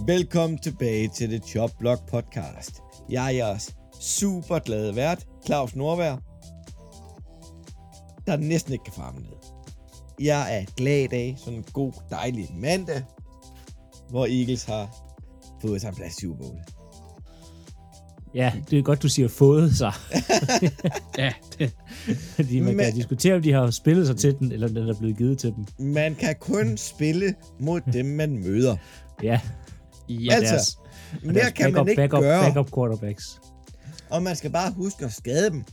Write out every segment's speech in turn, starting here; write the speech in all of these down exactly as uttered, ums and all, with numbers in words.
Velkommen tilbage til The Chop Block Podcast. Jeg er jeres super glade vært, Claus Nordberg, der næsten ikke kan farme ned. Jeg er glad i dag, sådan en god, dejlig mandag, hvor Eagles har fået sig en plads i Super Bowl. Ja, det er godt, du siger fået sig. Ja, det. Fordi man Men, kan diskutere, om de har spillet sig til den, eller om den er blevet givet til dem. Man kan kun spille mod dem, man møder. Ja. Ja, altså, deres, mere deres kan man ikke backup, gøre. Backup quarterbacks. Og man skal bare huske at skade dem.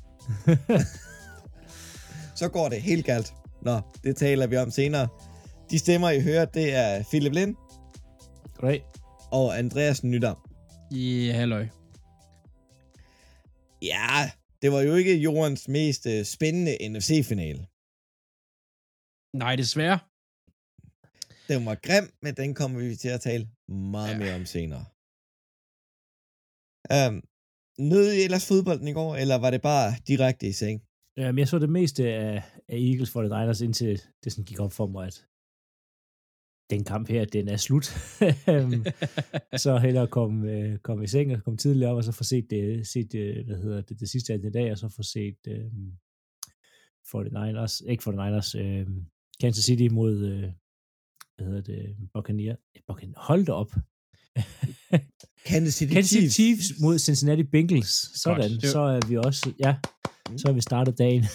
Så går det helt galt. Nå, det taler vi om senere. De stemmer, I hører, det er Philip Lind. Goddag. Og Andreas Nydam. Ja, halløj. Ja, det var jo ikke jordens mest uh, spændende N F C-finale. Nej, desværre. Den var grim, men den kommer vi til at tale meget ja. mere om senere. Um, nød I ellers fodbolden i går, eller var det bare direkte i seng? Jamen, jeg så det meste af, af Eagles for the Niners, indtil det sådan gik op for mig, at den kamp her, den er slut. Så hellere komme øh, kom i seng og komme tidligere op, og så få set det, set, øh, hvad hedder det, det sidste af den dag, og så få set øh, forty-niners, ikke forty-niners, øh, Kansas City mod, øh, hvad hedder det, Buccaneers. Buccaneers. Hold da op. Kansas City, Kansas City Chiefs. Chiefs mod Cincinnati Bengals. Sådan, Godt. så er vi også, ja, så har vi startet dagen.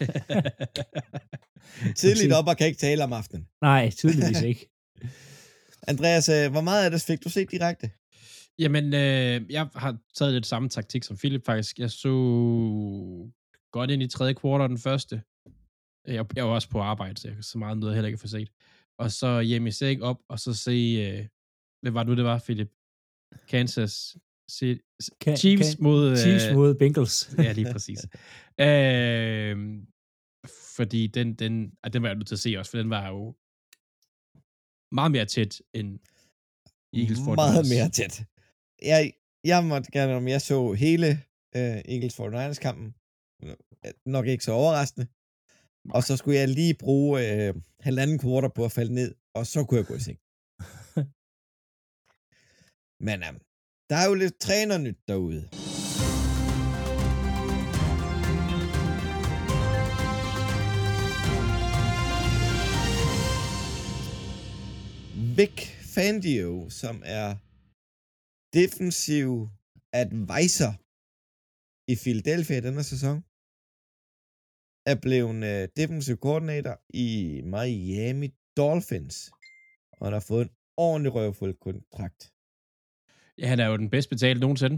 Tidligt op og kan ikke tale om aftenen. Nej, tydeligvis ikke. Andreas, hvor meget af det fik du set direkte? Jamen, øh, jeg har taget lidt samme taktik som Philip faktisk. Jeg så godt ind i tredje kvartal den første. Jeg, jeg var også på arbejde, så, jeg, så meget noget jeg heller ikke få set. Og så hjemme i seng op, og så se, øh, hvad var det nu, det var, Philip? Kansas City, Kan, Chiefs kan, mod... Chiefs øh, mod Bengals. Ja, lige præcis. øh, fordi den, den, ah, den var jeg nødt til at se også, for den var jo meget mere tæt end Eagles forty-niners. Meget mere tæt. Jeg, jeg måtte gerne, om jeg så hele uh, Eagles forty-niners kampen. Nok ikke så overraskende. Og så skulle jeg lige bruge uh, halvanden kvartal på at falde ned, og så kunne jeg gå i seng. Men um, der er jo lidt trænernyt derude. Vic Fangio, som er defensiv advisor i Philadelphia i denne sæson, er blevet uh, defensiv koordinator i Miami Dolphins, og han har fået en ordentlig røvfuld kontrakt. Ja, han er jo den bedst betalte nogensinde.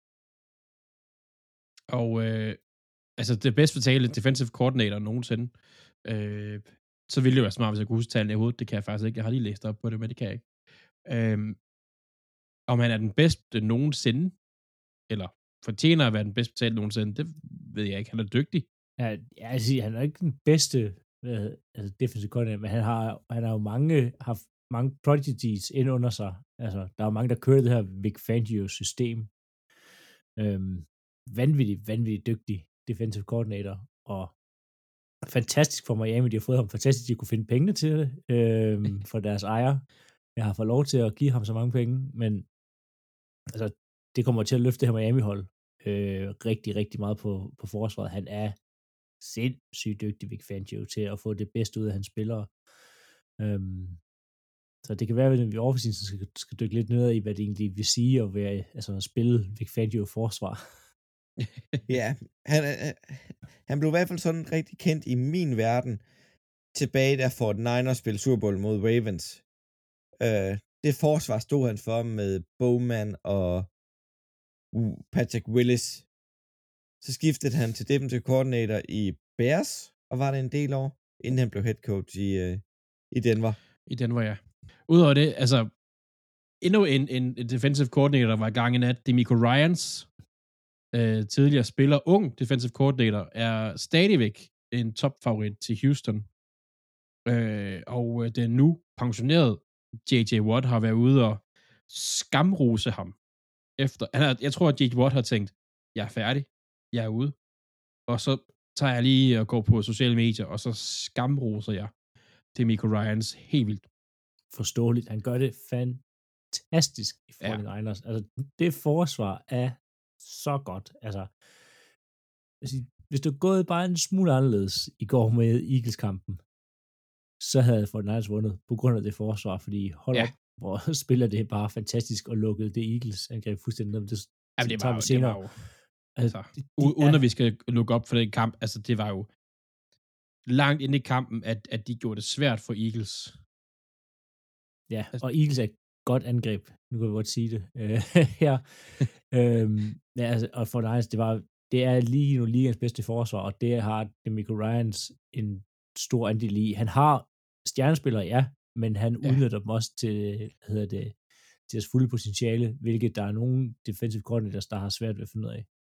Og øh, altså det bedst betalte defensive coordinator nogensinde. Øh, så ville det jo være smart, hvis jeg kunne huske tallene i hovedet. Det kan jeg faktisk ikke. Jeg har lige læst op på det, men det kan jeg ikke. Øh, om han er den bedste nogensinde, eller fortjener at være den bedst betalte nogensinde, det ved jeg ikke. Han er dygtig. Ja, jeg vil sige, han er ikke den bedste øh, altså defensive coordinator, men han har, han har jo mange, haft mange prodigies ind under sig. Altså, der er jo mange, der kører det her Vic Fangio-system. Øhm, vanvittigt, vanvittigt dygtig defensive coordinator, og fantastisk for Miami, de har fået ham fantastisk, de kunne finde pengene til det, øhm, for deres ejer. Jeg har fået lov til at give ham så mange penge, men altså, det kommer til at løfte det her Miami-hold øh, rigtig, rigtig meget på, på forsvaret. Han er sindssygt dygtig, Vic Fangio, til at få det bedste ud af hans spillere. Øhm, så det kan være, at vi overfor skal, skal dykke lidt ned i, hvad det egentlig vil sige at, være, altså at spille Vic Fangio forsvar. Ja, han, han blev i hvert fald sådan rigtig kendt i min verden tilbage, da forty-niners spillede Super Bowl mod Ravens. Uh, det forsvar stod han for med Bowman og uh, Patrick Willis. Så skiftede han til defensive coordinator i Bears, og var det en del år, inden han blev head coach i, uh, i Denver. I Denver, ja. Udover det, altså, endnu en, en, en defensive coordinator, der var i gang i nat, DeMeco Ryans, øh, tidligere spiller, ung defensive coordinator, er stadigvæk en topfavorit til Houston. Øh, og den nu pensionerede J J Watt har været ude og skamrose ham. Efter, han har, jeg tror, at J J Watt har tænkt, jeg er færdig, jeg er ude. Og så tager jeg lige og går på sociale medier, og så skamroser jeg DeMeco Ryans helt vildt. Forståeligt. Han gør det fantastisk i forty-niners. Ja. Altså, det forsvar er så godt. Altså, hvis det var gået bare en smule anderledes i går med Eagles-kampen, så havde forty-niners vundet på grund af det forsvar, fordi hold ja. op, hvor spiller det bare fantastisk og lukkede det Eagles-angreb fuldstændig ned. Det, Jamen, det, var jo, det var jo, altså, altså, de, de uden er, at vi skal lukke op for den kamp, altså det var jo langt inde i kampen, at, at de gjorde det svært for Eagles. Ja, og Eagles er et godt angreb, nu kan vi godt sige det uh, her. øhm, ja, altså, og for Niners, det var, det er lige nu ligens bedste forsvar, og det har DeMeco Ryans en stor andel i. Han har stjernespillere, ja, men han ja. udnytter dem også til, hvad hedder det, til deres fulde potentiale, hvilket der er nogle defensive coordinators, der har svært ved at finde ud af.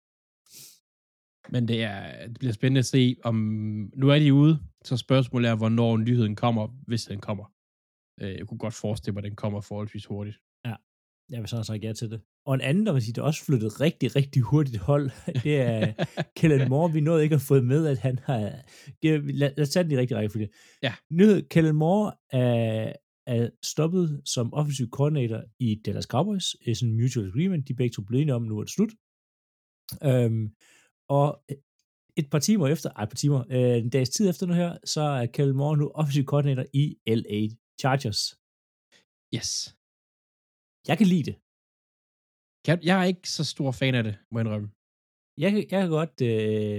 Men det, er, det bliver spændende at se, om nu er de ude, så spørgsmålet er, hvornår nyheden kommer, hvis den kommer. Jeg kunne godt forestille mig, at den kommer forholdsvis hurtigt. Ja, jeg vil sådan sagt ja til det. Og en anden, der vil sige, der også flyttet rigtig, rigtig hurtigt hold, det er Kellen Moore. Vi nåede ikke at få med, at han har... Lad, lad os tage den i rigtig række for det. Ja. Nyhed, Kellen Moore er, er stoppet som offensive coordinator i Dallas Cowboys. Det er sådan en mutual agreement. De begge to blev enige om, nu er det slut. Øhm, og et par timer efter, ej, et par timer, øh, en dags tid efter nu her, så er Kellen Moore nu offensive coordinator i L A Chargers. Yes. Jeg kan lide det. Jeg er ikke så stor fan af det, må jeg indrømme. Jeg, jeg kan godt øh,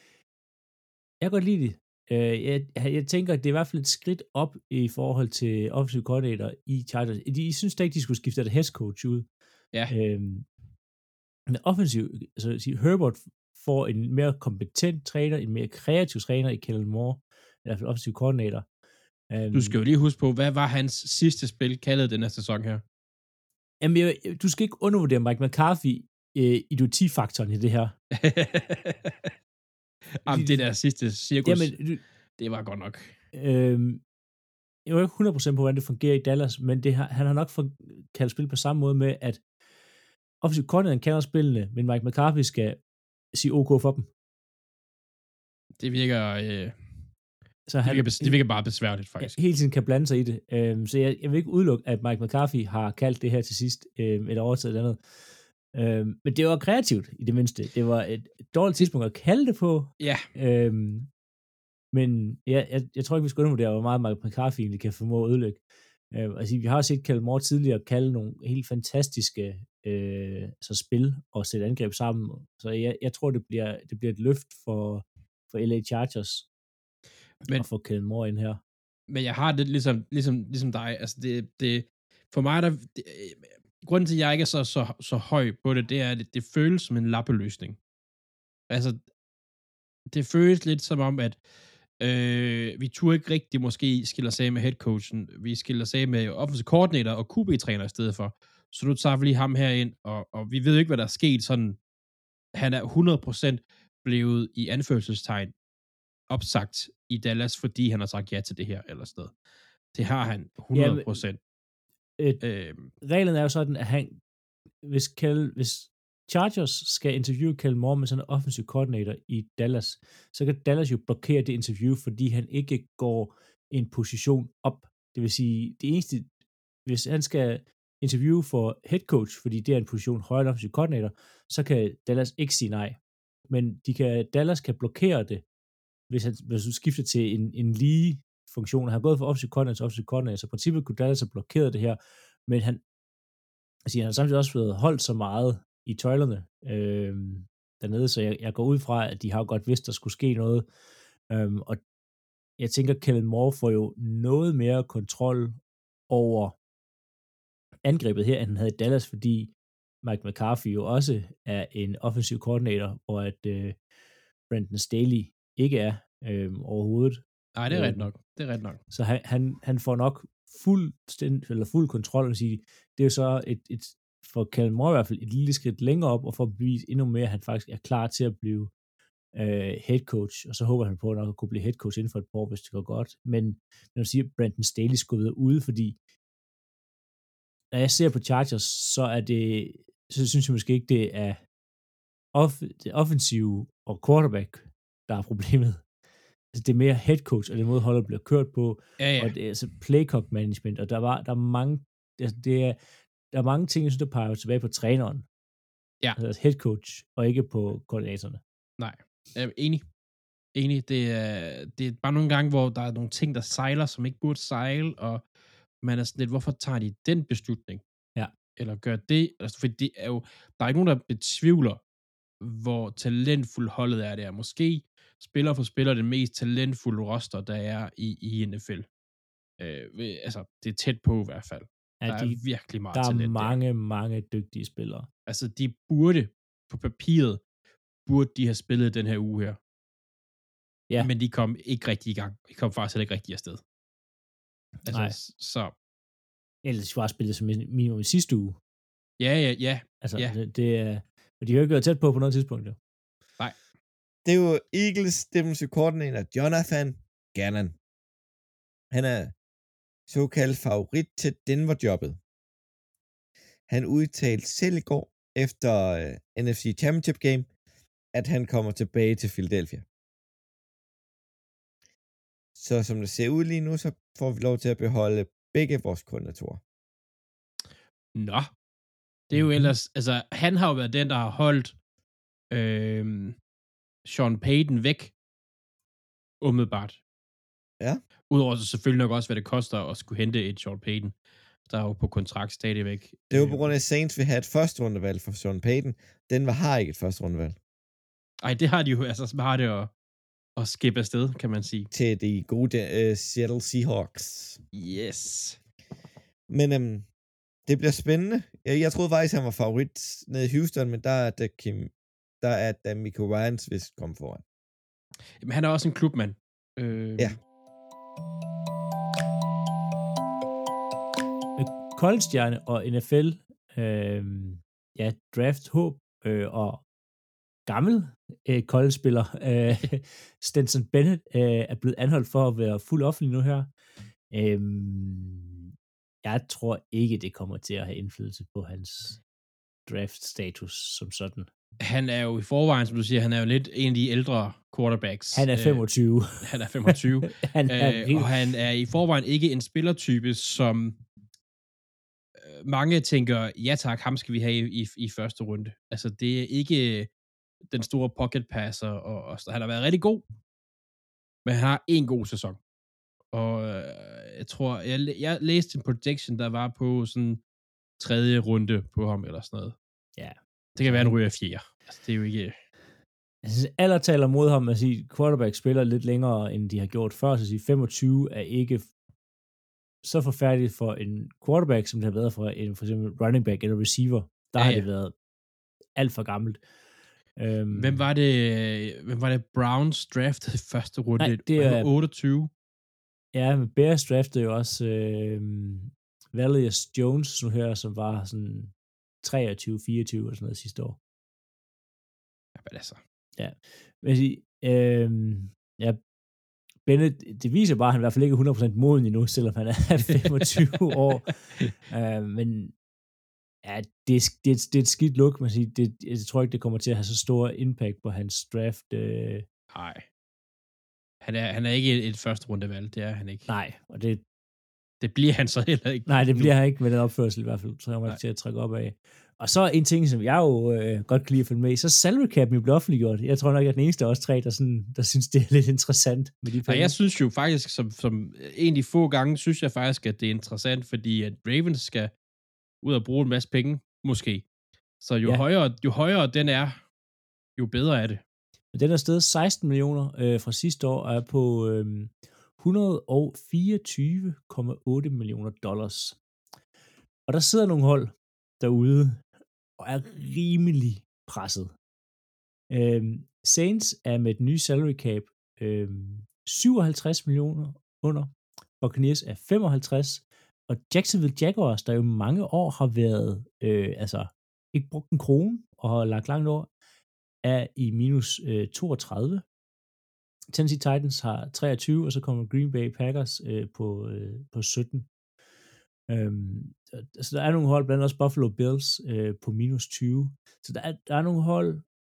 jeg kan godt lide det. Øh, jeg, jeg tænker, at det er i hvert fald et skridt op i forhold til offensive coordinator i Chargers. De, de synes da ikke, de skulle skifte det head coach ud. Ja. Øh, men offensiv, altså Herbert får en mere kompetent træner, en mere kreativ træner i Kellen Moore, i hvert fald offensiv coordinator. Du skal jo lige huske på, hvad var hans sidste spil kaldet den her sæson her? Jamen, jeg, du skal ikke undervurdere Mike McCarthy øh, idioti-faktoren i det her. Jamen, det der sidste cirkus, jamen, du, det var godt nok. Øh, jeg er ikke hundrede procent på, hvordan det fungerer i Dallas, men det har, han har nok for, kaldt spil på samme måde med, at offensiv coordinator kender spillene, men Mike McCarthy skal sige OK for dem. Det virker... Øh... Så det, han, virker, det virker bare besværligt, faktisk. Hele tiden kan blande sig i det. Øhm, så jeg, jeg vil ikke udelukke, at Mike McCarthy har kaldt det her til sidst, øhm, eller overtaget et andet. Øhm, men det var kreativt, i det mindste. Det var et, et dårligt tidspunkt at kalde det på. Ja. Øhm, men jeg, jeg, jeg tror ikke, vi skal undervurdere, hvor meget Mike McCarthy egentlig kan formå at ødelægge. Øhm, altså, vi har set Kellen Moore tidligere kalde nogle helt fantastiske øh, så spil og sætte angreb sammen. Så jeg, jeg tror, det bliver, det bliver et løft for, for L A Chargers. Men, og få Kellen Moore ind her. Men jeg har det ligesom, ligesom, ligesom dig. Altså det, det, for mig, der, det, grunden til, at jeg ikke er så, så, så høj på det, det er, at det, det føles som en lappeløsning. Altså, det føles lidt som om, at øh, vi turde ikke rigtig måske skiller sig af med headcoachen. Vi skiller sig af med offensive coordinator og Q B-træner i stedet for. Så nu tager vi lige ham her ind, og, og vi ved ikke, hvad der er sket. Sådan, han er hundrede procent blevet i anførselstegn opsagt i Dallas, fordi han har sagt ja til det her eller sted. Det har han hundrede procent. Ja, øh, reglen er jo sådan, at han, hvis, Kel, hvis Chargers skal interviewe Kellen Moore med sådan en offensive coordinator i Dallas, så kan Dallas jo blokere det interview, fordi han ikke går en position op. Det vil sige, det eneste, hvis han skal interviewe for head coach, fordi det er en position højere end offensive coordinator, så kan Dallas ikke sige nej. Men de kan, Dallas kan blokere det, hvis, han, hvis du skifter til en, en lige funktion. Han har gået fra offensive coordinator til offensive coordinator, så i princippet kunne Dallas have blokeret det her, men han, altså, han har samtidig også været holdt så meget i tøjlerne øh, dernede, så jeg, jeg går ud fra, at de har godt vidst, der skulle ske noget, øh, og jeg tænker, Kellen Moore får jo noget mere kontrol over angrebet her, end han havde i Dallas, fordi Mike McCarthy jo også er en offensiv koordinator, hvor at øh, Brandon Staley ikke er øh, overhovedet. Nej, det er ret nok. Det er ret nok. Så han, han, han får nok fuld, eller fuld kontrol, og sige, det er jo så et, et, for Kellen Moore i hvert fald et lille skridt længere op, og for at bevise endnu mere, at han faktisk er klar til at blive øh, head coach, og så håber han på nok at kunne blive head coach inden for et par år, hvis det går godt. Men når du siger, at Brandon Staley skulle være ude, fordi når jeg ser på Chargers, så er det, så synes jeg måske ikke, det er off- det offensive og quarterback, der er problemet. Altså, det er mere head coach, og den måde holdet bliver kørt på, ja, ja. og det er altså play clock management, og der var der er mange det, det er, der er mange ting, jeg synes, der peger tilbage på træneren. Ja. Altså head coach, og ikke på koordinatorerne. Nej, jeg er enig. Enig. Det er, det er bare nogle gange, hvor der er nogle ting, der sejler, som ikke burde sejle, og man er sådan lidt, hvorfor tager de den beslutning? Ja. Eller gør det? Altså, for det er jo, der er ikke nogen, der betvivler, hvor talentfuld holdet er der. Måske spiller for spiller det mest talentfulde roster, der er i, i N F L. Øh, altså, det er tæt på i hvert fald. Ja, der de, er virkelig meget der er talent mange, der. mange dygtige spillere. Altså, de burde, på papiret, burde de have spillet den her uge her. Ja. Men de kom ikke rigtig i gang. De kom faktisk ikke rigtig afsted. Altså, Nej. så... Ellers de var spillet som minimum i sidste uge. Ja, ja, ja. Altså, ja. det, det er... Og de har jo ikke været tæt på på noget tidspunkt, jo. Nej. Det er jo Eagles defensive coordinator Jonathan Gannon. Han er såkaldt favorit til Denver-jobbet. Han udtalte selv i går efter uh, N F C Championship Game, at han kommer tilbage til Philadelphia. Så som det ser ud lige nu, så får vi lov til at beholde begge vores koordinatorer. Nå. Det er jo ellers, altså, han har jo været den, der har holdt øh, Sean Payton væk, umiddelbart. Ja. Udover så selvfølgelig nok også, hvad det koster at skulle hente et Sean Payton, der er jo på kontrakt stadigvæk. Det er jo på grund af, at Saints vil have et første rundevalg for Sean Payton. Denver har ikke et første rundevalg. Ej, det har de jo, altså, så har det at, at skippe afsted, kan man sige. Til de gode uh, Seattle Seahawks. Yes. Men øhm, det bliver spændende. Jeg, jeg troede faktisk, han var favorit nede i Houston, men der er da Kim, der er da Miko Ryans vist kom foran. Jamen, han er også en klubmand. Øh... Ja. College-stjerne og N F L, øh, ja, draft håb øh, og gammel øh, college-spiller, øh, Stetson Bennett, øh, er blevet anholdt for at være fuld offentlig nu her. Øh, jeg tror ikke, det kommer til at have indflydelse på hans draft-status som sådan. Han er jo i forvejen, som du siger, han er jo lidt en af de ældre quarterbacks. Han er femogtyve. Øh, han er femogtyve. han er øh, og han er i forvejen ikke en spillertype, som øh, mange tænker, ja tak, ham skal vi have i, i, i første runde. Altså, det er ikke den store pocket passer, og, og han har været rigtig god, men han har en god sæson. Og øh, jeg tror, jeg, jeg læste en projection, der var på sådan tredje runde på ham, eller sådan noget. Ja. Det kan være, en ryger fjerde. Altså, det er jo ikke... Jeg synes, alle taler mod ham at sige, at quarterback spiller lidt længere, end de har gjort før, så at sige, femogtyve er ikke så forfærdeligt for en quarterback, som det har været for en for eksempel running back eller receiver. Der ja, har ja. det været alt for gammelt. Um, hvem var det, hvem var det Browns draftede i første runde? Nej, det er otteogtyve. Ja, men Bears draftede jo også øh, Valius Jones, nu her, som var sådan treogtyve fireogtyve eller sådan noget sidste år. Ja, men altså. Ja, men øh, ja, Bennett, det viser bare, at han i hvert fald ikke er hundrede procent moden endnu, selvom han er femogtyve år. Uh, men ja, det, det, det er et skidt look, man siger. Det, jeg tror ikke, det kommer til at have så stor impact på hans draft. Øh. Nej. Han er, han er ikke et, et første rundevalg, det er han ikke. Nej, og det... Det bliver han så heller ikke. Nej, det bliver han ikke med den opførsel i hvert fald, så jeg kommer til at trække op af. Og så en ting, som jeg jo øh, godt kan lide at følge med i, så salary cap jo blev offentliggjort. Jeg tror nok, at den eneste af os tre, der, sådan, der synes, det er lidt interessant med de penge. Og jeg synes jo faktisk, som, som en af de få gange, synes jeg faktisk, at det er interessant, fordi at Ravens skal ud og bruge en masse penge, måske. Så jo, ja. højere, jo højere den er, jo bedre er det. Den er steget seksten millioner øh, fra sidste år, og er på øh, et hundrede og fireogtyve komma otte millioner dollars. Og der sidder nogle hold derude, og er rimelig presset. Øh, Saints er med et nye salary cap øh, syvoghalvtreds millioner under, Buccaneers er femoghalvtreds, og Jacksonville Jaguars, der jo mange år har været, øh, altså ikke brugt en krone, og har lagt langt over, er i minus øh, toogtredive. Tennessee Titans har treogtyve, og så kommer Green Bay Packers øh, på, øh, på sytten. Øhm, altså der er nogle hold, blandt andet også Buffalo Bills øh, på minus tyve. Så der er, der er nogle hold,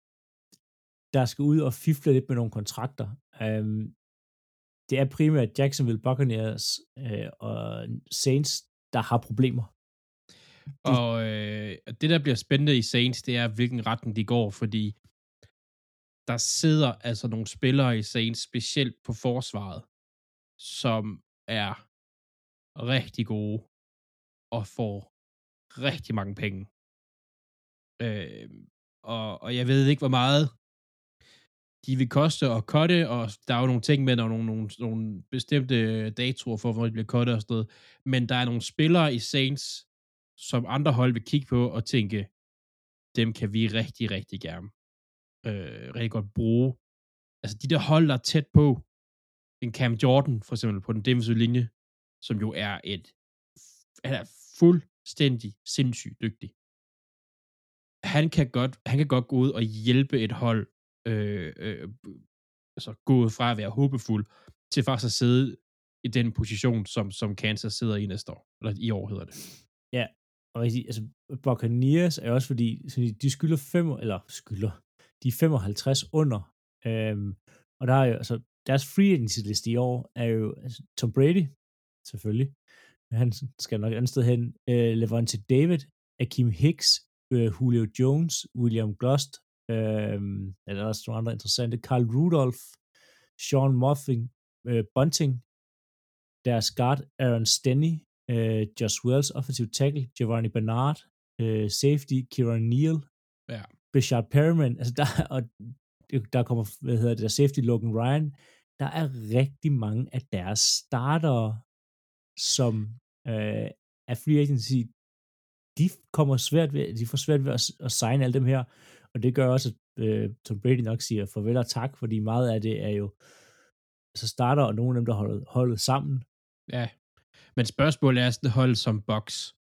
der skal ud og fifle lidt med nogle kontrakter. Øhm, det er primært Jacksonville Buccaneers øh, og Saints, der har problemer. Og øh, det, der bliver spændende i Saints, det er, hvilken retning de går, fordi der sidder altså nogle spillere i Saints, specielt på forsvaret, som er rigtig gode og får rigtig mange penge. Øh, og, og jeg ved ikke, hvor meget de vil koste at cutte, og der er jo nogle ting med, og nogle, nogle, nogle bestemte datoer for, hvor de bliver cuttet og sådan noget. Men der er nogle spillere i Saints, som andre hold vil kigge på og tænke, dem kan vi rigtig, rigtig gerne øh, rigtig godt bruge. Altså de der hold, der er tæt på, en Cam Jordan for eksempel på den defensive linje, som jo er et, han er fuldstændig sindssygt dygtig. Han kan godt, han kan godt gå ud og hjælpe et hold, øh, øh, altså gå fra at være håbefuld, til faktisk at sidde i den position, som, som Kansas sidder i næste år, eller i år hedder det. Ja, og jeg siger, altså Buccaneers er også fordi, de skylder fem, eller skylder, de er femoghalvtreds under, øhm, og der er jo, altså deres free agency liste i år er jo altså, Tom Brady, selvfølgelig, han skal nok et andet sted hen, øh, Levante David, Akeem Hicks, øh, Julio Jones, William Gust, øh, eller også nogle andre interessante, Carl Rudolph, Sean Moffing, øh, Bunting, deres guard Aaron Stenny, øh, Josh Wells, offensive tackle, Giovanni Bernard, øh, safety, Kieran Neal, ja. Breshad Perriman, altså der, og der kommer, hvad hedder det, der safety Logan Ryan, der er rigtig mange af deres startere, som øh, er free agency, de kommer svært ved, de får svært ved at, at signe alle dem her, og det gør også, at øh, Tom Brady nok siger farvel og tak, fordi meget af det er jo så starter, og nogle af dem, der holder holdet sammen. Ja, men spørgsmålet er sådan et hold som Bucks.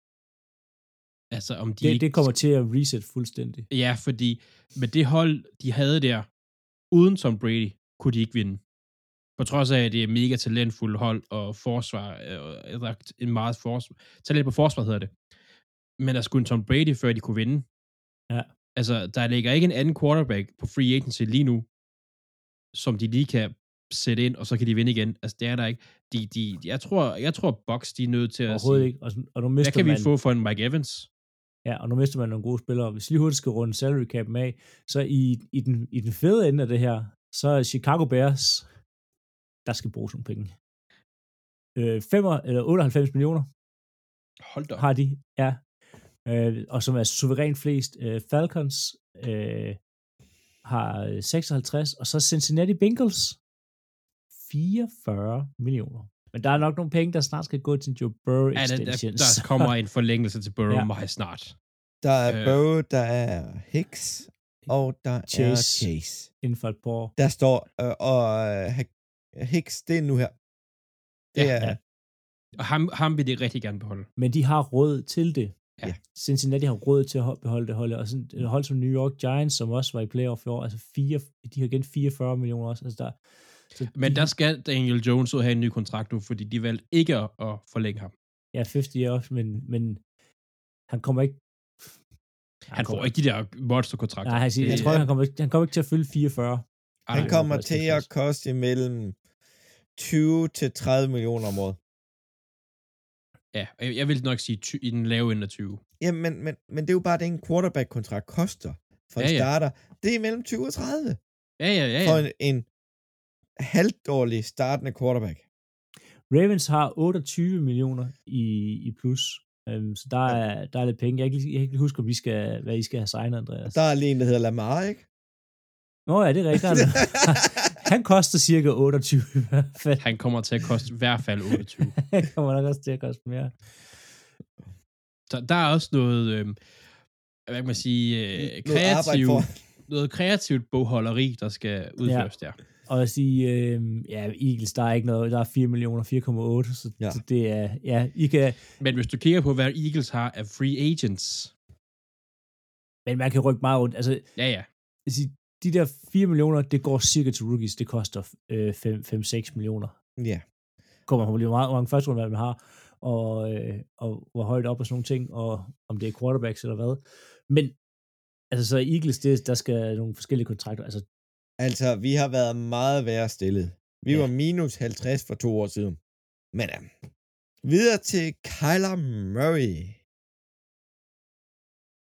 Altså om de det, ikke... det kommer til at reset fuldstændig. Ja, fordi med det hold, de havde der, uden Tom Brady, kunne de ikke vinde. På trods af, at det er mega talentfuldt hold og forsvar, eller en meget forsvar, talent på forsvar hedder det. Men der skulle en Tom Brady, før de kunne vinde. Ja. Altså, der ligger ikke en anden quarterback på free agency lige nu, som de lige kan sætte ind, og så kan de vinde igen. Altså, det er der ikke. De, de, jeg tror, jeg tror Bucks, de er nødt til at sige, ikke. Og, og nu mister hvad kan man, vi få for en Mike Evans? Ja, og nu mister man nogle gode spillere. Hvis lige hurtigt skal runde salary cap'en af, så i, i, den, i den fede ende af det her, så er Chicago Bears, der skal bruges nogle penge. Øh, fem, eller otteoghalvfems millioner Hold da. har de, ja. Øh, og som er suverænt flest. Øh, Falcons øh, har seksoghalvtreds, og så Cincinnati Bengals fireogfyrre millioner. Men der er nok nogle penge, der snart skal gå til Joe Burrow extensions. Ja, der, der kommer en forlængelse til Burrow ja. meget snart. Der er øh. Burrow, der er Hicks, og der Chase. er Chase. Inden for et par år. Der står, øh, og øh, Hicks, det er nu her. Det ja, er, ja. Og ham, ham vil de rigtig gerne beholde. Men de har råd til det. Ja. Cincinnati har råd til at beholde det holdet, og sådan et hold som New York Giants, som også var i playoff i år, altså fire, de har igen fireogfyrre millioner også. Altså der, så men de, der skal Daniel Jones ud have en ny kontrakt nu, fordi de valgte ikke at, at forlænge ham. Ja, halvtreds år, men, men han kommer ikke... Han, han får ikke de der monsterkontrakter. Nej, jeg, siger, jeg tror, han kommer, han kommer ikke til at fylde fireogfyrre. Han Ej, kommer til at koste imellem tyve til tredive millioner om året. Ja, jeg vil nok sige ty- i den lave ende af tyve. Ja, men, men, men det er jo bare det, en quarterback-kontrakt koster for en ja, ja. starter. Det er imellem tyve og tredive. Ja, ja, ja. ja. For en, en halvdårlig startende quarterback. Ravens har otteogtyve millioner i, i plus. Um, så der er, der er lidt penge. Jeg kan ikke, jeg kan ikke huske, om vi skal, hvad I skal have signet, Andreas. Der er lige en, der hedder Lamar, ikke? Nå ja, det er rigtigt. Han koster cirka otteogtyve i hvert fald. Han kommer til at koste i hvert fald otteogtyve. Han kommer nok også til at koste mere. Så der er også noget, øh, hvad kan man sige, øh, kreativt, noget kreativt bogholderi, der skal udføres ja. der. Og at sige, øh, ja, Eagles, der er ikke noget, der er fire millioner, fire komma otte, så, ja. så det er, ja, I kan... Men hvis du kigger på, hvad Eagles har af free agents... Men man kan rykke meget rundt, altså... Ja, ja. Altså, de der fire millioner, det går cirka til rookies, det koster øh, fem seks millioner. Ja. Kommer på hvor mange første runde, man har, og, øh, og hvor højt op og sådan nogle ting, og om det er quarterbacks eller hvad. Men, altså så Eagles, det, der skal nogle forskellige kontrakter, altså Altså, vi har været meget værre stillet. Vi ja. var minus halvtreds for to år siden. Men ja. Videre til Kyler Murray.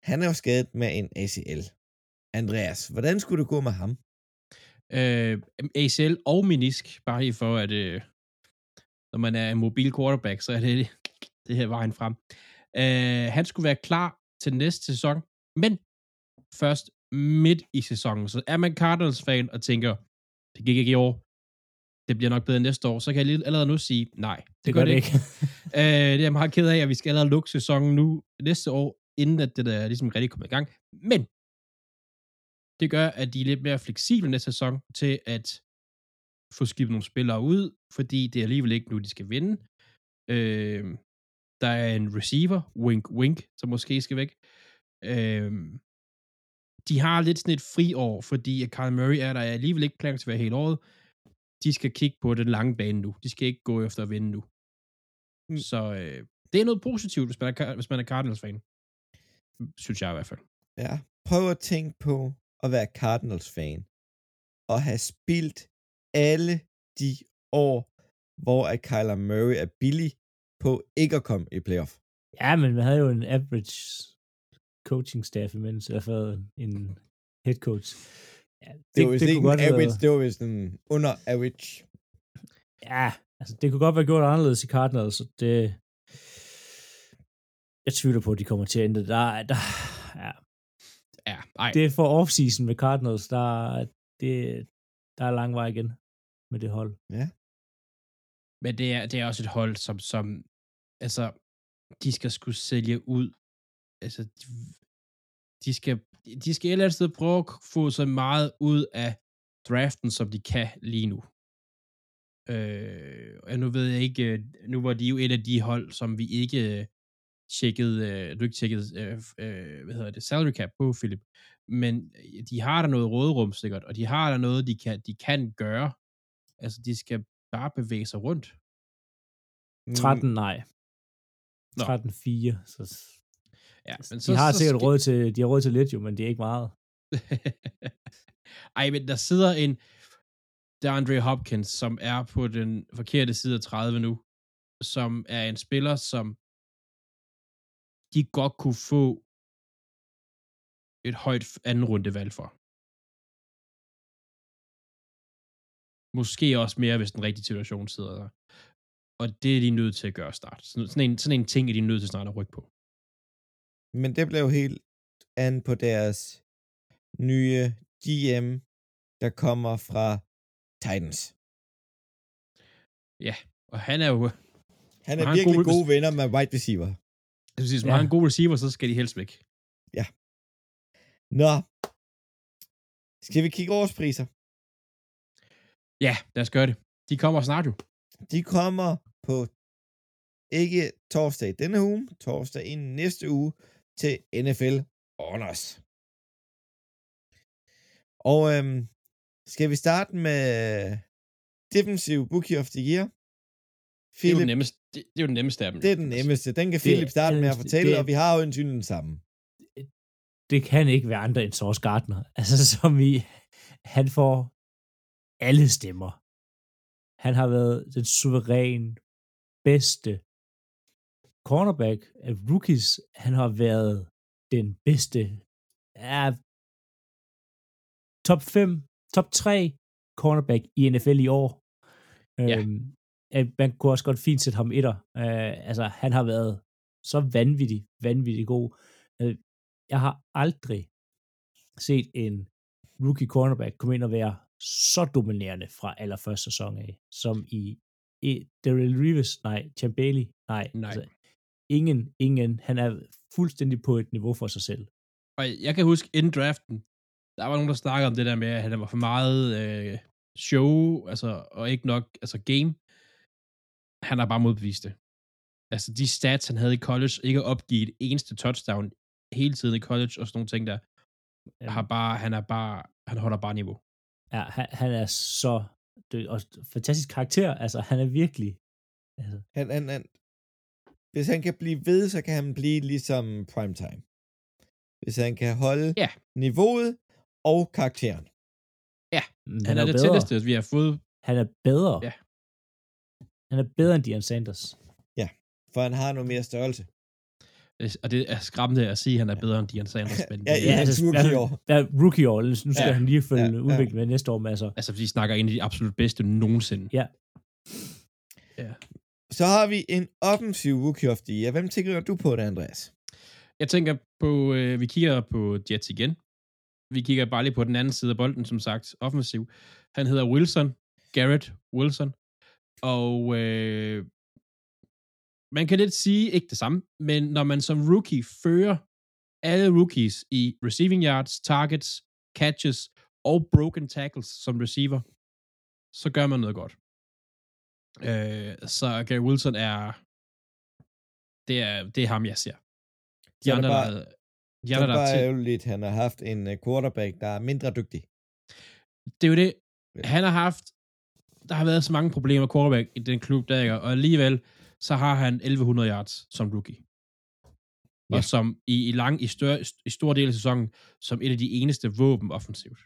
han er jo skadet med en A C L. Andreas, hvordan skulle det gå med ham? Øh, A C L og menisk, bare lige for, at øh, når man er en mobil quarterback, så er det det her vejen frem. Øh, han skulle være klar til næste sæson, men først midt i sæsonen. Så er man Cardinals-fan og tænker, det gik ikke i år, det bliver nok bedre næste år, så kan jeg lige allerede nu sige, nej, det, det gør det ikke. øh, det er jeg meget ked af, at vi skal allerede lukke sæsonen nu næste år, inden at det der er ligesom rigtig kommet i gang. Men det gør, at de er lidt mere fleksible næste sæson til at få skibet nogle spillere ud, fordi det er alligevel ikke nu, de skal vinde. Øh, der er en receiver, wink wink, som måske skal væk. Øh, de har lidt sådan et friår, fordi Kyler Murray er der alligevel ikke planer til at være hele året. De skal kigge på den lange bane nu. De skal ikke gå efter at vinde nu. Mm. Så øh, det er noget positivt, hvis man er, hvis man er Cardinals-fan. Synes jeg i hvert fald. Ja, prøv at tænke på at være Cardinals-fan og have spildt alle de år, hvor at Kyler Murray er billig på ikke at komme i playoff. Ja, men man havde jo en average coaching staff imens, i hvert fald en head coach. Ja, det, det var vist det ikke en average, være... det var vist en under average. Ja, altså det kunne godt være gjort anderledes i Cardinals, så det... Jeg tvivler på, at de kommer til at ændre. Der, der, ja. Ja, ej. Det er for off-season med Cardinals, der, det, der er lang vej igen med det hold. Ja. Men det er, det er også et hold, som, som altså, de skal skulle sælge ud. Altså, de, de skal, de skal et eller andet sted prøve at få så meget ud af draften, som de kan lige nu. Øh, og nu ved jeg ikke, nu var de jo et af de hold, som vi ikke tjekkede, øh, du ikke tjekkede, øh, øh, hvad hedder det, salary cap på, Philip. Men de har der noget råderum sikkert, og de har der noget, de kan, de kan gøre. Altså, de skal bare bevæge sig rundt. tretten nej. tretten fire. Så... Ja, men de så, har så sikkert skal... råd til, de har råd til lidt jo, men det er ikke meget. Ej, men der sidder en DeAndre Hopkins, som er på den forkerte side af tredive nu, som er en spiller, som de godt kunne få et højt anden rundevalg for. Måske også mere, hvis den rigtige situation sidder der. Og det er de nødt til at gøre start. Sådan en, sådan en ting er de nødt til snart at rykke på. Men det blev helt an på deres nye G M, der kommer fra Titans. Ja, og han er jo... Han er virkelig gode, gode venner med wide receiver. Jeg vil sige, hvis man ja. har en god receiver, så skal de helst væk. Ja. Nå. Skal vi kigge årspriser? Ja, lad os gøre det. De kommer snart jo. De kommer på ikke torsdag denne uge, torsdag i næste uge til N F L Honors. Og øhm, skal vi starte med Defensive Rookie of the Year? Philip, det, er jo den nemmeste, det, det er jo den nemmeste af dem. Det er den nemmeste. Den kan Philip starte med at fortælle, det, og vi har jo en syn den samme. Det kan ikke være andre end Sauce Gardner. Altså, som i, han får alle stemmer. Han har været den suveræn bedste cornerback af rookies. Han har været den bedste ja, top fem, top tre cornerback i N F L i år. Ja. Øhm, man kunne også godt fint sætte ham etter. Øh, altså, han har været så vanvittig, vanvittig god. Øh, jeg har aldrig set en rookie cornerback komme ind og være så dominerende fra allerførste sæson af, som i, i Darrelle Revis, nej, Champ Bailey, nej, nej. Altså, ingen, ingen, han er fuldstændig på et niveau for sig selv. Og jeg kan huske, inden draften, der var nogen, der snakkede om det der med, at han var for meget øh, show, altså, og ikke nok, altså game. Han har bare modbevist det. Altså, de stats, han havde i college, ikke at opgive et eneste touchdown hele tiden i college, og sådan nogle ting der, ja. har bare, han er bare, han holder bare niveau. Ja, han, han er så, det er også fantastisk karakter, altså, han er virkelig, altså. Han, han, han, hvis han kan blive ved, så kan han blive ligesom primetime. Hvis han kan holde ja. niveauet og karakteren. Ja, han, han er, er det bedre. tætteste, vi har fået. Han er bedre. Ja. Han er bedre end Deion Sanders. Ja, for han har noget mere størrelse. Og det er skræmmende at sige, at han er bedre end Deion Sanders. Men ja, det, ja, Ja, hans altså, rookie-år. der er rookie-år. Nu skal Ja. han lige følge Ja, ja. udvikling med næste år med. Altså. altså, vi snakker en af de absolut bedste nogensinde. Ja. Ja. Så har vi en offensiv rookie of the year. Hvem tænker du på det, Andreas? Jeg tænker på, øh, vi kigger på Jets igen. Vi kigger bare lige på den anden side af bolden, som sagt, offensiv. Han hedder Wilson, Garrett Wilson. Og øh, man kan lidt sige, ikke det samme, men når man som rookie fører alle rookies i receiving yards, targets, catches og broken tackles som receiver, så gør man noget godt. Øh, så Gary Wilson er det er, det er ham, jeg ser. De Så er det andre, bare, der, de så er andre, det der bare til, ærgerligt, at han har haft en øh, quarterback, der er mindre dygtig. det er jo det. Han har haft, der har været så mange problemer quarterback i den klub, der ikke, og alligevel, så har han elleve hundrede yards som rookie. Ja. Og som i, i lang, i, større, i stor del af sæsonen, som et af de eneste våben offensivt.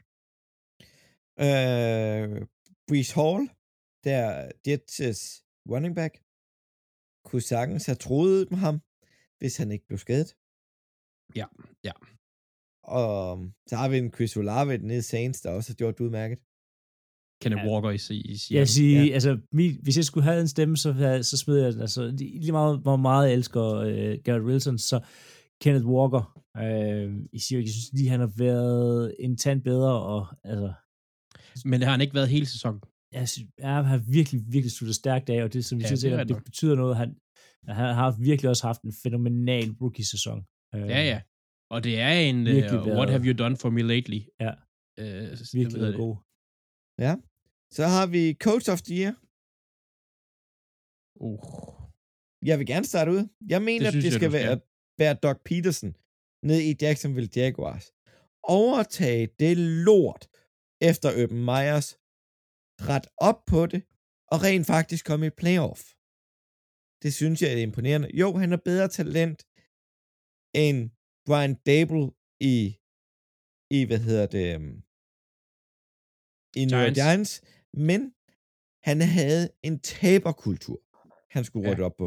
Øh, Breece Hall, der Jets' running back, kunne sagtens have troet med ham, hvis han ikke blev skadet. Ja, ja. Og så har vi en Chris Olave nede i Saints, der også har gjort det udmærket. Kenneth Ja. Walker i, i Jeg vil sige, Ja. altså, mi- hvis jeg skulle have en stemme, så, så smed jeg den. Altså, lige meget, hvor meget jeg elsker øh, Garrett Wilson, så Kenneth Walker øh, i Syracuse, jeg synes lige, han har været en tand bedre, og altså, Men det har han ikke været hele sæsonen. jeg, synes, jeg har virkelig, virkelig sluttet stærkt af, og det, som vi Ja, synes, det er det, rigtigt det nok. betyder noget. Han, han har virkelig også haft en fænomenal rookie-sæson. Øh, Ja, ja. Og det er en, Virkelig uh, været- what have you done for me lately? Ja. Uh, Virkelig været god. Ja. Så har vi Coach of the Year. Uh. Jeg vil gerne starte ud. Jeg mener, Det det, synes det jeg, skal du skal. være, være Doug Peterson nede i Jacksonville Jaguars. Overtage det lort efter Urban Meyers. Ret op på det, og rent faktisk komme i playoff. Det synes jeg er imponerende. Jo, han er bedre talent end Brian Dable i, i hvad hedder det, um, i New York Giants. Giants, men han havde en taberkultur, han skulle Ja. rydde op på.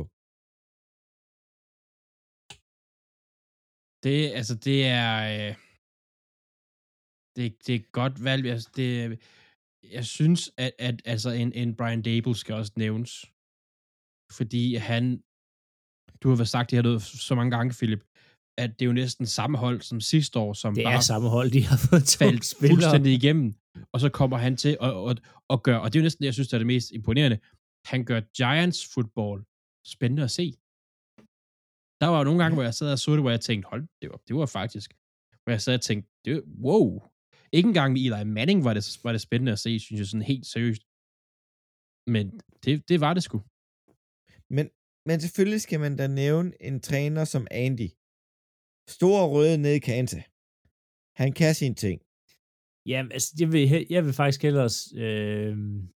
Det, altså, det er... Øh, det, det er godt valg. Altså, det, jeg synes, at, at altså, en, en Brian Dable skal også nævnes. Fordi han... Du har været sagt det her noget så mange gange, Philip, at det er jo næsten samme hold som sidste år, som Det bare er samme hold, de har fået to faldt spillere. fuldstændig igennem. Og så kommer han til at, at, at gøre... Og det er jo næsten det, jeg synes, der er det mest imponerende. Han gør Giants football spændende at se. Der var jo nogle gange, hvor jeg sad og så det, hvor jeg tænkte, hold, det var, det var faktisk... Hvor jeg sad og tænkte, det, wow. Ikke engang med Eli Manning var det, var det spændende at se, synes jeg, sådan helt seriøst. Men det, det var det sgu. Men, men selvfølgelig skal man da nævne en træner som Andy. Stor røde nede i Kansas. Han kan sine ting. Jamen, altså, jeg vil, he- jeg vil faktisk hellere, øh,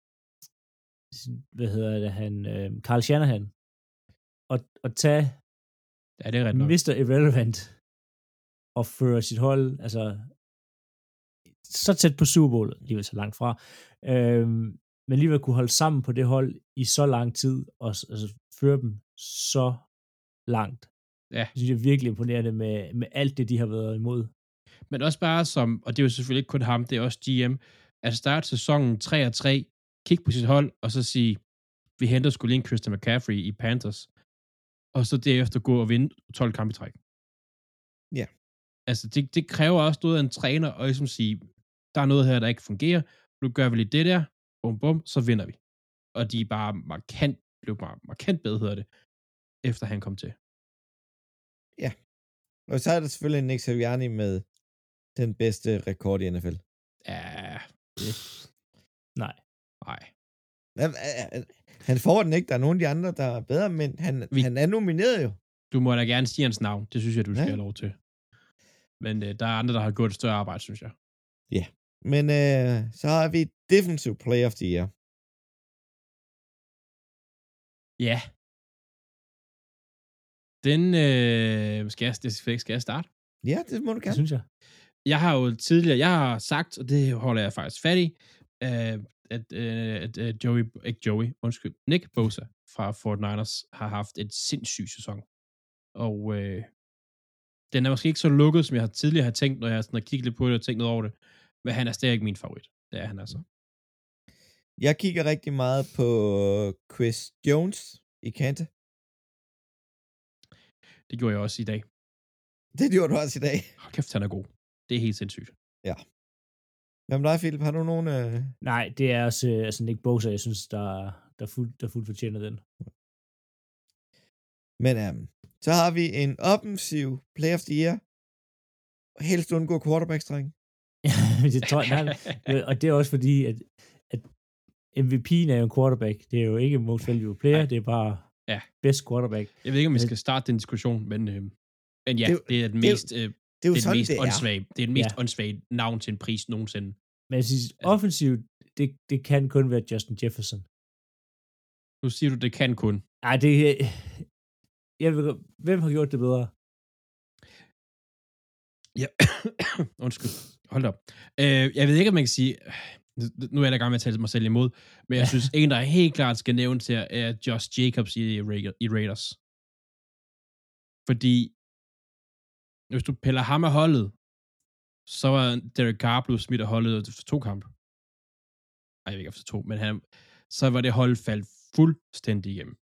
hvad hedder det, han, øh, Carl Shanahan, og, og tage Ja, det er ret nok. mister Irrelevant og føre sit hold, altså, så tæt på Super Bowl, alligevel så langt fra, øh, men alligevel kunne holde sammen på det hold i så lang tid, og altså, føre dem så langt. Ja. Det synes jeg er virkelig imponerende med, med alt det, de har været imod. Men også bare som, og det er jo selvfølgelig ikke kun ham, det er også G M, at starte sæsonen tre og tre, kigge på sit hold, og så sige, vi henter skulle lige en Christian McCaffrey i Panthers, og så derefter gå og vinde tolv kampe i træk. Ja. Altså, det, det kræver også noget af en træner, og ligesom sige, der er noget her, der ikke fungerer, nu gør vi lige det der, bum bum, så vinder vi. Og de er bare markant, blev bare markant bedre, hedder det, efter han kom til. Ja. Og så er der selvfølgelig Nick Sirianni med den bedste rekord i N F L. Ja, det, Nej. nej. Han får den ikke. Der er nogen af de andre, der er bedre, men han, Vi- han er nomineret jo. Du må da gerne sige hans navn. Det synes jeg, du skal Ja. have lov til. Men øh, der er andre, der har gjort et større arbejde, synes jeg. Men øh, så har vi Defensive Player of the Year. Ja. Den, øh, skal, jeg, det skal jeg starte? Ja, det må du Det gerne. synes jeg. Jeg har jo tidligere, jeg har sagt, og det holder jeg faktisk fat i, øh, at, øh, at øh, Joey, ikke Joey, undskyld, Nick Bosa fra forty-niners har haft et sindssyg sæson. Og øh, den er måske ikke så lukket, som jeg har tidligere har tænkt, når jeg sådan har kigget lidt på det og tænkt noget over det. Men han er stadig min favorit. Det er han altså. Jeg kigger rigtig meget på Chris Jones i Kante. Det gjorde jeg også i dag. Det gjorde du også i dag. Hold kæft, han er god. Det er helt sindssygt. Ja. Hvad med dig, Philip? Har du nogen... Øh... Nej, det er også øh, altså Nick Bosa, jeg synes, der, der, fuld, der fuldt fortjener den. Men um, så har vi en offensiv play of the year. Helst undgå quarterback-streng. det tror jeg, nej, og det er også fordi, at, at M V P'en er jo en quarterback. Det er jo ikke most valuable player, nej. Det er bare ja. best quarterback. Jeg ved ikke, om vi skal starte den diskussion, men, øh, men ja, det, det er den mest, øh, det er jo det er sådan, mest det er. åndssvage, det er den mest ja. åndssvage navn til en pris nogensinde. Men jeg synes, offensivt, det, det kan kun være Justin Jefferson. Nu siger du, det kan kun. Nej, det jeg ved, hvem har gjort det bedre? Ja, undskyld. Hold op. Uh, jeg ved ikke, om man kan sige, nu er jeg da i gang med at tale mig selv imod, men jeg synes, en, der helt klart skal nævne til, er Josh Jacobs i, i Raiders. Fordi, hvis du piller ham af holdet, så var Derek Carr blevet smidt af holdet efter to kampe. Nej, jeg ved ikke efter to, men han, så var det hold faldt fuldstændig igennem.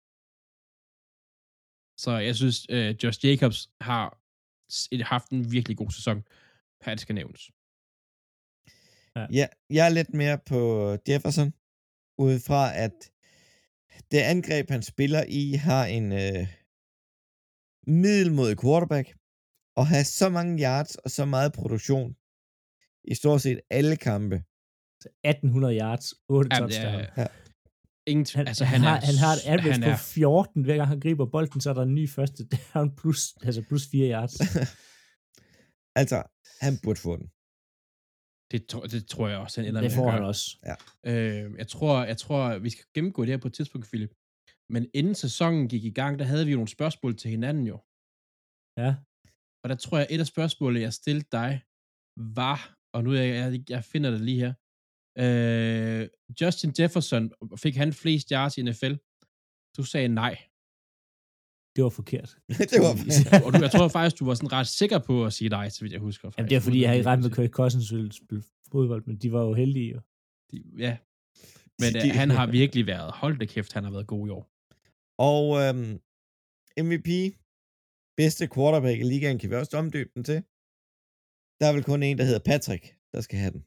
Så jeg synes, uh, Josh Jacobs har haft en virkelig god sæson. Han skal nævnes. Ja. ja, jeg er lidt mere på Jefferson, udefra at det angreb, han spiller i, har en øh, middelmodig quarterback, og har så mange yards og så meget produktion i stort set alle kampe. atten hundrede yards, otte ja, touchdown. Ja. Ingen, han, altså, han, han, har, er, han har et average på er, fjorten, hver gang han griber bolden, så er der en ny første down, plus, altså plus fire yards. altså, han burde få den. Det, det tror jeg også, han ender det med får at han gøre. også. Ja. Øh, jeg, tror, jeg tror, vi skal gennemgå det her på et tidspunkt, Philip. Men inden sæsonen gik i gang, der havde vi jo nogle spørgsmål til hinanden jo. Ja. Og der tror jeg, et af spørgsmålene, jeg stillede dig, var, og nu jeg, jeg, jeg finder det lige her, øh, Justin Jefferson, fik han flest yards i N F L? Du sagde nej. Det var forkert. det var og du, jeg tror faktisk, du var sådan ret sikker på at sige nej, så vidt jeg husker. Faktisk. Jamen, det er fordi, jeg havde ikke regnet med, at Kirk Cousins ville spille fodbold, men de var jo heldige. Jo. De, ja. Men uh, han har virkelig været, hold da kæft, han har været god i år. Og øhm, M V P, bedste quarterback i ligaen, kan vi også omdøbe den til. Der er vel kun en, der hedder Patrick, der skal have den.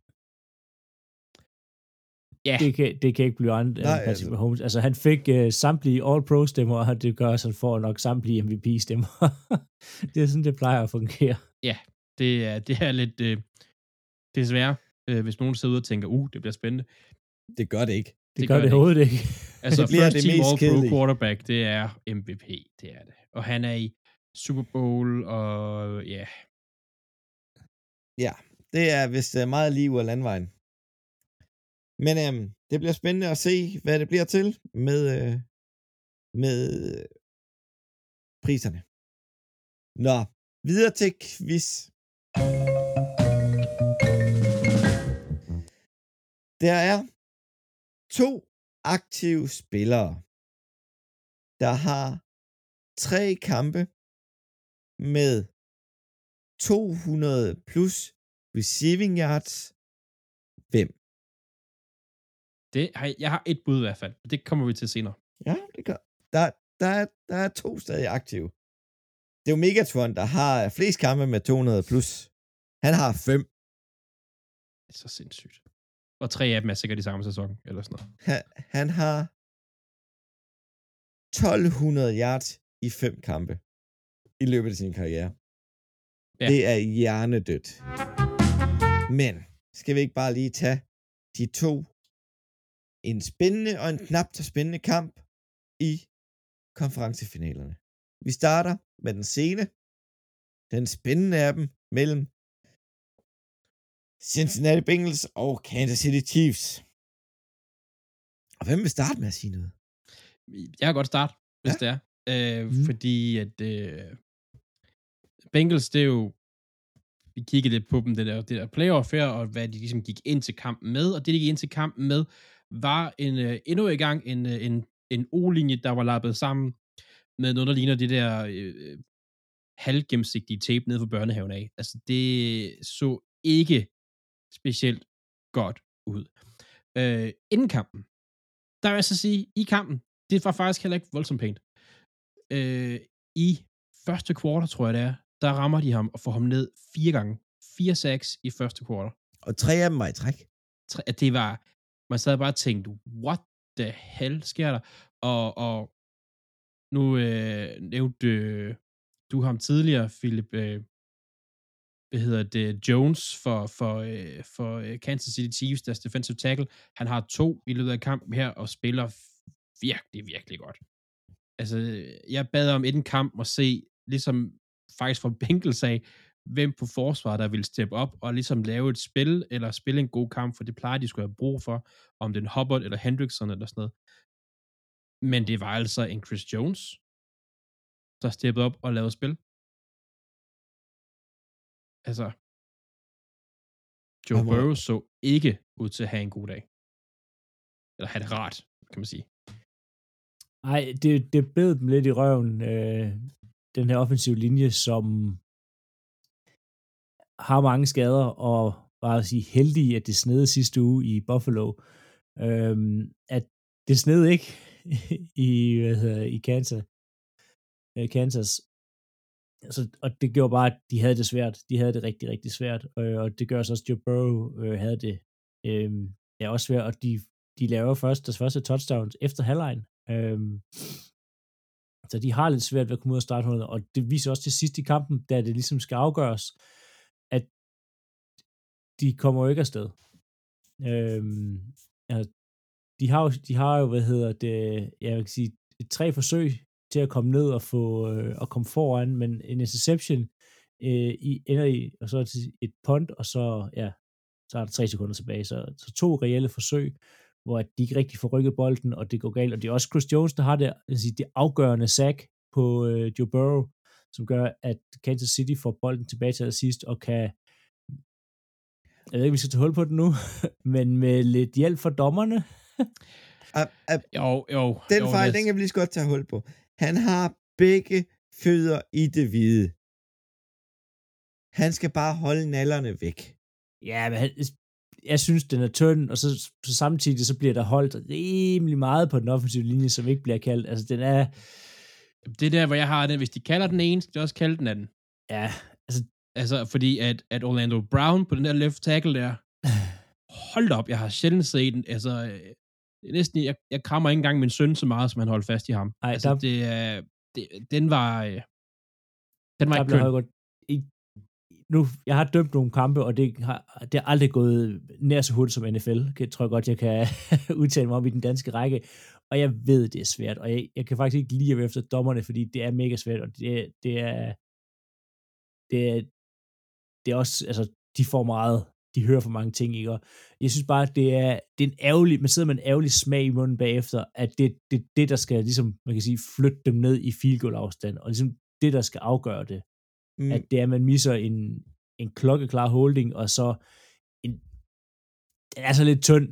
Ja. Det kan, det kan ikke blive andet end Patrick altså. Mahomes. Altså, han fik uh, samtlige All-Pro-stemmer, og det gør, så han får nok samtlige M V P-stemmer. Det er sådan, det plejer at fungere. Ja, det er, det er lidt øh, desværre, øh, hvis nogen sidder ud og tænker, uh, det bliver spændende. Det gør det ikke. Det, det gør det, det overhovedet ikke. Altså, det first team All-Pro quarterback, det er M V P, det er det. Og han er i Super Bowl, og ja. Ja, det er vist uh, meget lige ud af landvejen. Men øhm, det bliver spændende at se, hvad det bliver til med, øh, med priserne. Nå, videre til quiz. Der er to aktive spillere, der har tre kampe med to hundrede plus receiving yards. Hvem? Det har, jeg har et bud i hvert fald. Det kommer vi til senere. Ja, det gør. Der, der, er, der er to stadig aktive. Det er jo Megatron, der har flest kampe med to hundrede plus. Han har fem. Det er så sindssygt. Og tre af dem er sikkert i samme sæson, eller sådan noget. Han, han har tolv hundrede yards i fem kampe i løbet af sin karriere. Ja. Det er hjernedødt. Men skal vi ikke bare lige tage de to, en spændende og en knap så spændende kamp i konferencefinalerne. Vi starter med den sene, den spændende af dem, mellem Cincinnati Bengals og Kansas City Chiefs. Og hvem vil starte med at sige noget? Jeg kan godt starte, hvis ja. det er. Øh, mm. Fordi at øh, Bengals, det er jo, vi kiggede lidt på dem, det der, det der playoff her, og hvad de ligesom gik ind til kampen med, og det, de gik ind til kampen med, var en, øh, endnu en gang en, en, en O-linje, der var lappet sammen med noget, der ligner det der øh, halvgennemsigtige tape nede for børnehaven af. Altså, det så ikke specielt godt ud. Øh, inden kampen, der vil jeg så sige, i kampen, det var faktisk heller ikke voldsomt pænt. Øh, I første kvartal, tror jeg det er, der rammer de ham og får ham ned fire gange. Fire sacks i første kvartal. Og tre af dem var i træk. Det var, man sad bare og tænkte, what the hell sker der? Og, og nu øh, nævnte øh, du ham tidligere, Philip, øh, hvad hedder det, Jones for, for, øh, for Kansas City Chiefs, deres defensive tackle. Han har to i løbet af kampen her, og spiller virkelig, virkelig godt. Altså, jeg bad om en kamp og se, ligesom faktisk fra Bengals af, hvem på forsvar, der ville steppe op og ligesom lave et spil, eller spille en god kamp, for det plejer de skulle have brug for, om den Hubbard eller Hendrickson eller sådan noget. Men det var altså en Chris Jones, der steppede op og lavede spil. Altså, Joe Burrow så ikke ud til at have en god dag. Eller have det rart, kan man sige. Nej, det, det bed dem lidt i røven, øh, den her offensive linje, som har mange skader, og bare at sige heldige, at det snede sidste uge i Buffalo. Øhm, at det snede ikke i, hvad hedder, i Kansas. Øh, Kansas. Altså, og det gjorde bare, at de havde det svært. De havde det rigtig, rigtig svært. Øh, og det gør så også, at Joe Burrow øh, havde det øh, ja, også svært. Og de, de laver først deres første touchdowns efter halvlejen. Øh, så de har lidt svært ved at komme ud af startholdet. Og det viser også til sidst i kampen, da det ligesom skal afgøres, at de kommer jo ikke afsted. Øh, ja, de har jo, de har jo, hvad hedder det, jeg vil sige, tre forsøg til at komme ned og få øh, og komme foran, men en interception øh, i, ender i, og så et punt, og så, ja, så er der tre sekunder tilbage. Så, så to reelle forsøg, hvor de ikke rigtig får rykket bolden, og det går galt. Og det er også Chris Jones, der har det, altså, det afgørende sack på øh, Joe Burrow, som gør, at Kansas City får bolden tilbage til sidst, og kan, jeg ved ikke, vi skal tage hul på den nu, men med lidt hjælp fra dommerne. uh, uh, jo, jo. Den jo, fejl, det... den kan vi lige så godt tage hul på. Han har begge fødder i det hvide. Han skal bare holde nallerne væk. Ja, men han, jeg synes, den er tynd, og så, så samtidig så bliver der holdt rimelig meget på den offensive linje, som ikke bliver kaldt. Altså, den er... Det er der, hvor jeg har den. Hvis de kalder den ene, skal de også kalde den anden. Ja, altså... Altså, fordi at, at Orlando Brown på den der left tackle der, hold op, jeg har sjældent set den. Altså, næsten, jeg, jeg krammer ikke engang min søn så meget, som han holdt fast i ham. Ej, altså, der, det, det, den var, den var ikke køn. Nu, jeg har dømt nogle kampe, og det har, det har aldrig gået nær så hurtigt som N F L. Det tror jeg godt, jeg kan udtale mig om i den danske række. Og jeg ved, det er svært. Og jeg, jeg kan faktisk ikke lide at være efter dommerne, fordi det er mega svært, og det, det er det er det er også, altså, de får meget, de hører for mange ting, ikke? Og jeg synes bare, at det er, det er en ærgerlig, man sidder med en ærgerlig smag i munden bagefter, at det er det, det, der skal ligesom, man kan sige, flytte dem ned i field goal afstand, og ligesom det, der skal afgøre det. Mm. At det er, at man misser en, en klokkeklar holding, og så en, den er så lidt tynd,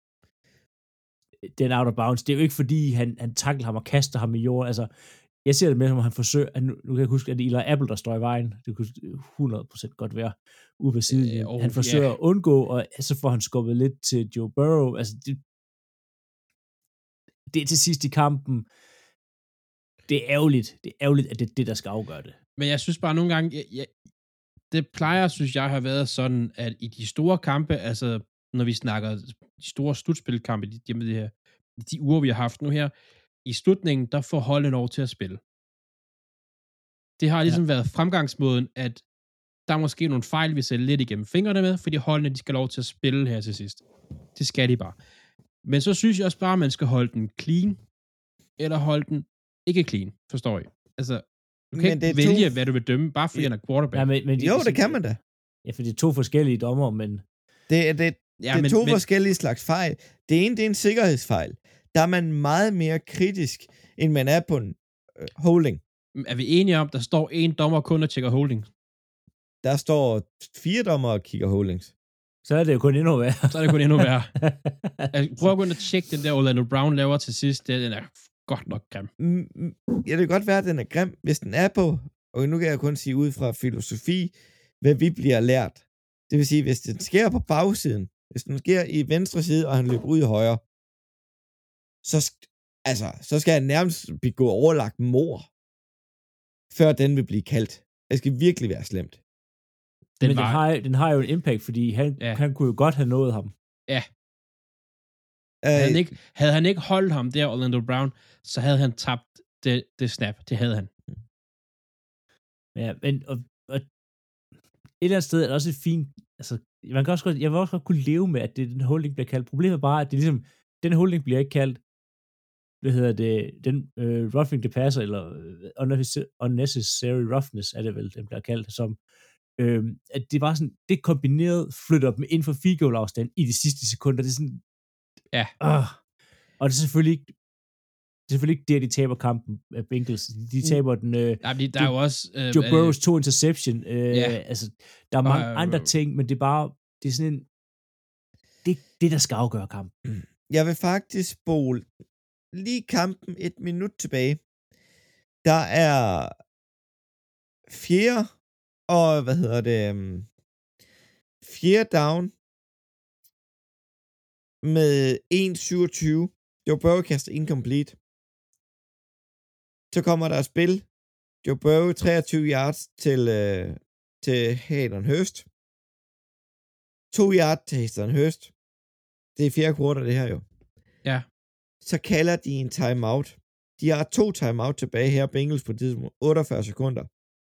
den out of bounds. Det er jo ikke fordi, han, han takler ham og kaster ham i jorden, altså, jeg ser det med, som han forsøger, at nu, nu kan jeg huske, at det er Eli Apple, der står i vejen. Det kunne hundrede procent godt være ude på siden. Øh, oh, han forsøger yeah. at undgå, og så får han skubbet lidt til Joe Burrow. Altså, det, det er til sidst i kampen. Det er ærgerligt. Det er ærgerligt, at det er det, der skal afgøre det. Men jeg synes bare nogle gange, jeg, jeg, det plejer, synes jeg, har været sådan, at i de store kampe, altså når vi snakker de store slutspilkampe, de, de, de, her, de uger, vi har haft nu her, i slutningen, der får holdet lov til at spille. Det har ligesom ja. været fremgangsmåden, at der er måske nogle fejl, vi ser lidt igennem fingrene med, fordi holdene, de skal lov til at spille her til sidst. Det skal de bare. Men så synes jeg også bare, at man skal holde den clean, eller holde den ikke clean, forstår I? Altså, du kan men ikke vælge, to... hvad du vil dømme, bare fordi ja. han er quarterback. Ja, men, men jo, det kan man da. Ja, for det er to forskellige dommer, men... Det, det, ja, det er men, to men... forskellige slags fejl. Det ene, det er en sikkerhedsfejl. Der er man meget mere kritisk, end man er på en uh, holding. Er vi enige om, der står en dommer kun og tjekker holding? Der står fire dommer og kigger holdings. Så er det jo kun endnu værre. Så er det kun endnu værre. Prøv at gå ind og tjekke den der Orlando Brown laver til sidst. Den er godt nok grim. Ja, det kan godt være, at den er grim, hvis den er på og nu kan jeg kun sige ud fra filosofi, hvad vi bliver lært. Det vil sige, hvis den sker på bagsiden, hvis den sker i venstre side, og han løber ud i højre, så, altså, så skal han nærmest begå overlagt mord, før den vil blive kaldt. Det skal virkelig være slemt. Den Men var... den, har, den har jo en impact, fordi han, ja. han kunne jo godt have nået ham. Ja. Havde han, ikke, havde han ikke holdt ham der, Orlando Brown, så havde han tabt det, det snap. Det havde han. Ja, men og, og et eller andet sted er det også et fint, altså, man kan også godt, jeg vil også godt kunne leve med, at det, den holding bliver kaldt. Problemet er bare, at det ligesom, den holding bliver ikke kaldt, hvad hedder det, den uh, roughing the passer, eller uh, unnecessary roughness, er det vel, den bliver kaldt som, uh, at det var sådan, det kombineret flytter dem ind for field goal afstand i de sidste sekunder, det er sådan, ja, uh, og det er selvfølgelig ikke, det er selvfølgelig ikke der, de taber kampen af Bengals. De taber den... Øh, ja, de, der er jo også... Øh, Joe Burrows to interception. Øh, ja. Altså, der er mange øh, andre ting, men det er bare... Det er sådan en... Det er det, der skal afgøre kampen. Jeg vil faktisk spole lige kampen et minut tilbage. Der er fjerde og... Hvad hedder det? Fjerde down med en syvogtyve. Joe Burrow kaster incomplete. Så kommer der et spil. Joe Burrow treogtyve yards til, øh, til Hayden Hurst. to yards til Hayden Hurst. Det er fjerde kvartal, det her jo. Ja. Så kalder de en timeout. De har to timeout tilbage her, Bengals på tidspunkt otteogfyrre sekunder.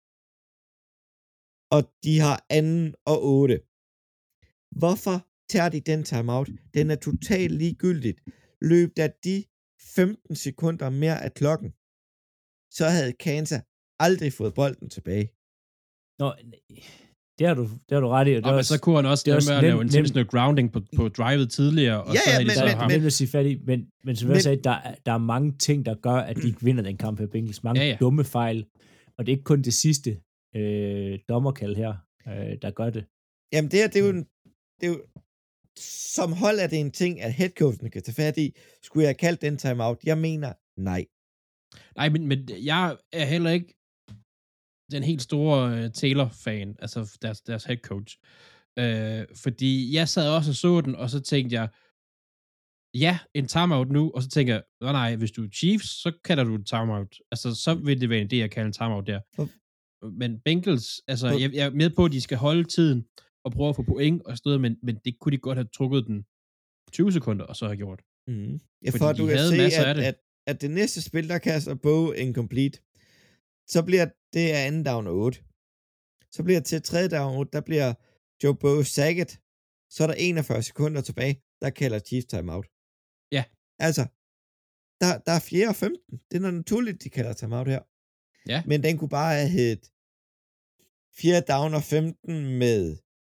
Og de har anden og otte. Hvorfor tager de den timeout? Den er totalt ligegyldigt. Løb der de femten sekunder mere af klokken, så havde Kansas aldrig fået bolden tilbage. Nå, det har du, det har du ret i. Og, og også, så kunne han også, også med at lave en intentional grounding på, på drivet tidligere, og ja, så ja, havde men, de så men, ham. Men, sige fat i, men, men som jeg sagde, der, der er mange ting, der gør, at de ikke vinder den kamp her, Bengals. Mange ja, ja. dumme fejl, og det er ikke kun det sidste øh, dommerkald her, øh, der gør det. Jamen det her, det er jo, en, det er jo som hold er det en ting, at headcoachen kan tage fat i. Skulle jeg have kaldt den timeout? Jeg mener, nej. Nej, men, men jeg er heller ikke den helt store uh, Taylor-fan, altså deres, deres headcoach. Uh, fordi jeg sad også og så den, og så tænkte jeg, ja, en timeout nu, og så tænker jeg, nej, nej, hvis du er Chiefs, så kalder du en timeout. Altså, så vil det være en idé at kalde en timeout der. Mm. Men Bengals, altså, mm. jeg, jeg er med på, at de skal holde tiden, og prøve at få point og sådan noget, men, men det kunne de godt have trukket den tyve sekunder, og så have gjort. Mm. Ja, for du kan se, at, at, at det næste spil, der kaster Bo incomplete, så bliver det af anden down otte. Så bliver det til tredje down otte, der bliver Joe Bo sacket, så er der enogfyrre sekunder tilbage, der kalder Chiefs timeout. Ja. Altså, der, der er fjerde og femten. Det er noget naturligt, de kalder timeout her. Ja. Men den kunne bare have heddet fjerde down og femten med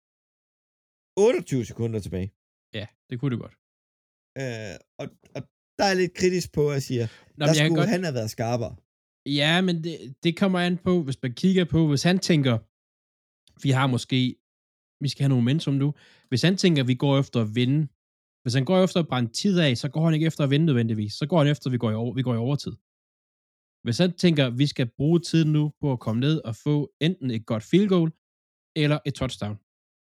otteogtyve sekunder tilbage. Ja, det kunne det godt. Øh, og, og der er lidt kritisk på, at jeg siger, Nå, der skulle godt... han have været skarpere. Ja, men det, det kommer an på, hvis man kigger på, hvis han tænker, vi har måske, vi skal have noget momentum nu, hvis han tænker, vi går efter at vinde, hvis han går efter at brænde tid af, så går han ikke efter at vinde nødvendigvis, så går han efter, at vi går i, over, vi går i overtid. Hvis han tænker, vi skal bruge tiden nu på at komme ned og få enten et godt field goal, eller et touchdown,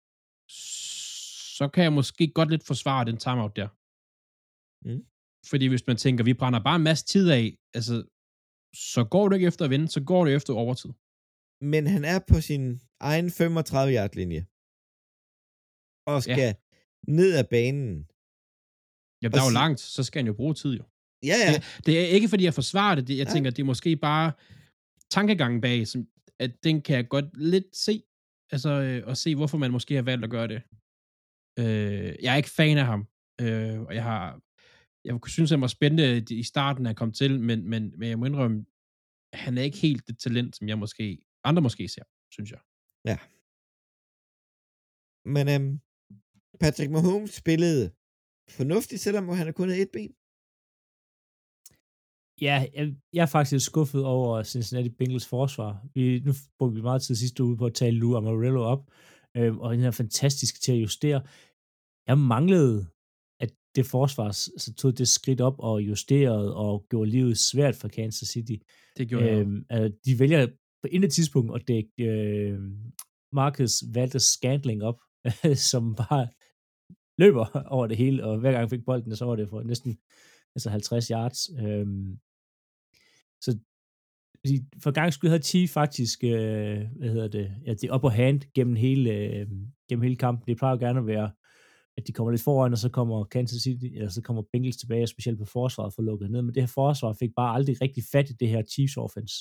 så kan jeg måske godt lidt forsvare den timeout der. Mm. Fordi hvis man tænker, vi brænder bare en masse tid af, altså, så går du ikke efter at vinde, så går du efter overtid. Men han er på sin egen femogtredive yard linje. Og skal ja. ned ad banen. Jamen, der er jo langt, så skal han jo bruge tid jo. Ja, ja. Det, det er ikke, fordi jeg forsvarer det. Jeg ja. tænker, det er måske bare tankegangen bag, som, at den kan jeg godt lidt se, altså, øh, og se, hvorfor man måske har valgt at gøre det. Øh, jeg er ikke fan af ham, øh, og jeg har, jeg synes, han var spændende i starten, han kom til, men, men, men jeg må indrømme, han er ikke helt det talent, som jeg måske, andre måske ser, synes jeg. Ja. Men øhm, Patrick Mahomes spillede fornuftigt, selvom han har kun havde et ben. Ja, jeg, jeg er faktisk skuffet over Cincinnati Bengals forsvar. Vi, nu brugte vi meget tid sidste uge på at tale Lou Amarillo op, øh, og den er fantastisk til at justere. Jeg manglede, at det forsvar så tog det skridt op og justerede og gjorde livet svært for Kansas City. Det gjorde øh, jeg. De vælger på intet tidspunkt at dække øh, Marcus Valdes Scantling op, som bare løber over det hele, og hver gang han fik bolden, så var det for næsten altså halvtreds yards. Øhm, så for gang skyld havde Chiefs faktisk, øh, hvad hedder det, ja, det upper hand gennem hele, øh, gennem hele kampen. Det plejer jo gerne at være, at de kommer lidt foran, og så kommer Kansas City, eller så kommer Bengals tilbage, specielt på forsvaret for lukket ned, men det her forsvar fik bare aldrig rigtig fat i det her Chiefs offense.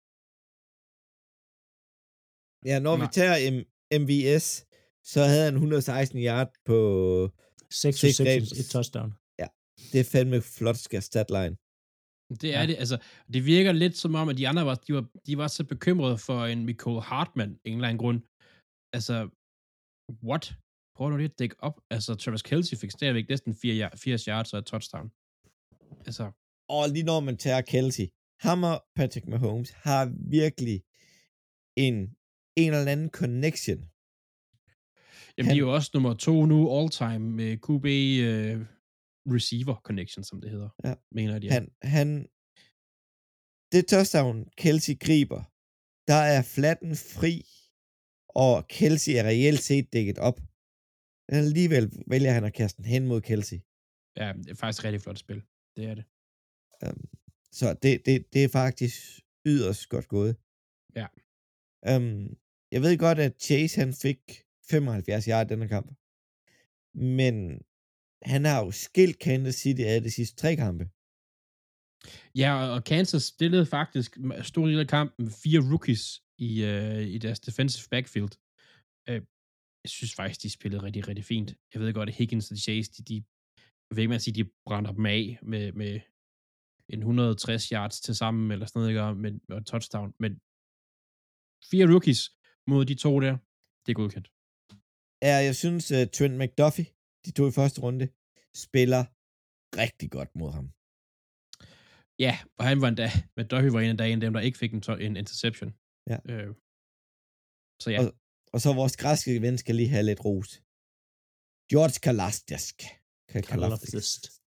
Ja, når Nej. vi tager M V S, så havde han et hundrede og seksten yard på seks receptions, et touchdown. Ja, det er fandme flot statline. Det er ja. det, altså, det virker lidt som om, at de andre var, de var, de var så bekymrede for en Mecole Hardman, en eller anden grund. Altså, what? Prøv nu lige at dække op. Altså, Travis Kelce fik stadigvæk næsten firs yards og et touchdown. Altså. Og lige når man tager Kelce, ham og Patrick Mahomes har virkelig en, en eller anden connection. Jamen, han, de er jo også nummer to nu all-time med Q B uh, receiver connection, som det hedder. Ja. Mener de. Han, han, det touchdown, Kelce griber, der er flatten fri, og Kelce er reelt set dækket op. Alligevel vælger han at kaste den hen mod Kelce. Ja, det er faktisk et rigtig flot spil. Det er det. Um, så det, det, det er faktisk yderst godt gået. Ja. Um, jeg ved godt, at Chase han fik femoghalvfjerds yard i denne kamp. Men han har jo skilt Kansas City af de sidste tre kampe. Ja, og Kansas stillede faktisk stor del af kampen fire rookies i, uh, i deres defensive backfield. Uh, jeg synes faktisk, de spillede rigtig, rigtig fint. Jeg ved godt, at Higgins og Chase, de, de jeg ved ikke, man siger, de brænder dem af med, med en et hundrede og tres yards til sammen, eller sådan noget, ikke? Med, med et touchdown. Men fire rookies mod de to der, det er godkendt. Ja, jeg synes, uh, Trent McDuffie, de to i første runde, spiller rigtig godt mod ham. Ja, og han var endda, McDuffie var en af dagen dem, der ikke fik en, to- en interception. Ja. Øh, så ja. Og, og så vores græske ven skal lige have lidt ros. George Karlaftis. Karlaftis.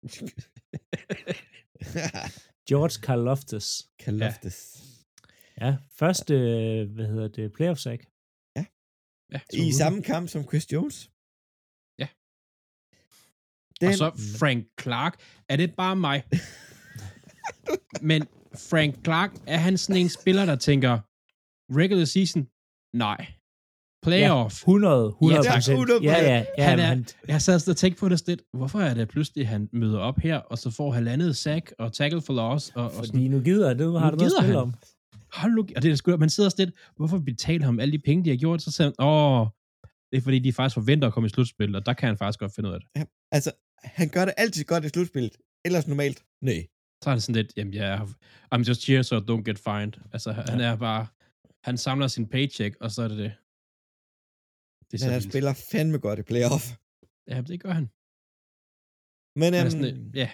George Karlaftis. Karlaftis. Ja, første, hvad hedder det, playoff sack. Ja. ja I samme kamp som Chris Jones. Ja. Den... Og så Frank Clark. Er det bare mig? Men Frank Clark, er han sådan en spiller, der tænker, regular season? Nej. Playoff? Ja, hundrede, hundrede procent. Ja, ja, ja. Han er, jeg sad og tænkte på det lidt. Hvorfor er det pludselig, han møder op her, og så får halvandet sack og tackle for loss? Og, og Fordi sådan. nu gider jeg det, nu har du noget at spille om. Hold nu, og det er sgu, man sidder også lidt, hvorfor betaler ham alle de penge, de har gjort? Så siger han, åh, det er fordi, de faktisk forventer at komme i slutspil, og der kan han faktisk godt finde ud af det. Ja, altså, han gør det altid godt i slutspillet. Ellers normalt, nej. Så er det sådan lidt, jamen ja, yeah, I'm just here so don't get fined. Altså, ja. han er bare, han samler sin paycheck, og så er det det. det Men han vildt. Spiller fandme godt i playoff. Ja, det gør han. Men, um, sådan, ja.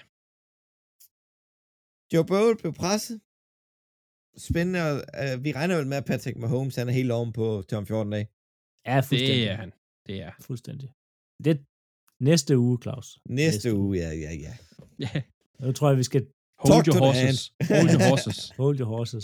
Joe Burrow blev presset. Spændende, uh, vi regner vel med, at Patrick Mahomes, han er helt oven på Tom fjorten dage. Ja, fuldstændig. Det er han. Det er fuldstændig. Det er næste uge, Claus. Næste, næste uge, uge, ja, ja, ja. Ja. Nu tror jeg, vi skal... Hold your horses. Hold your horses. Hold your horses.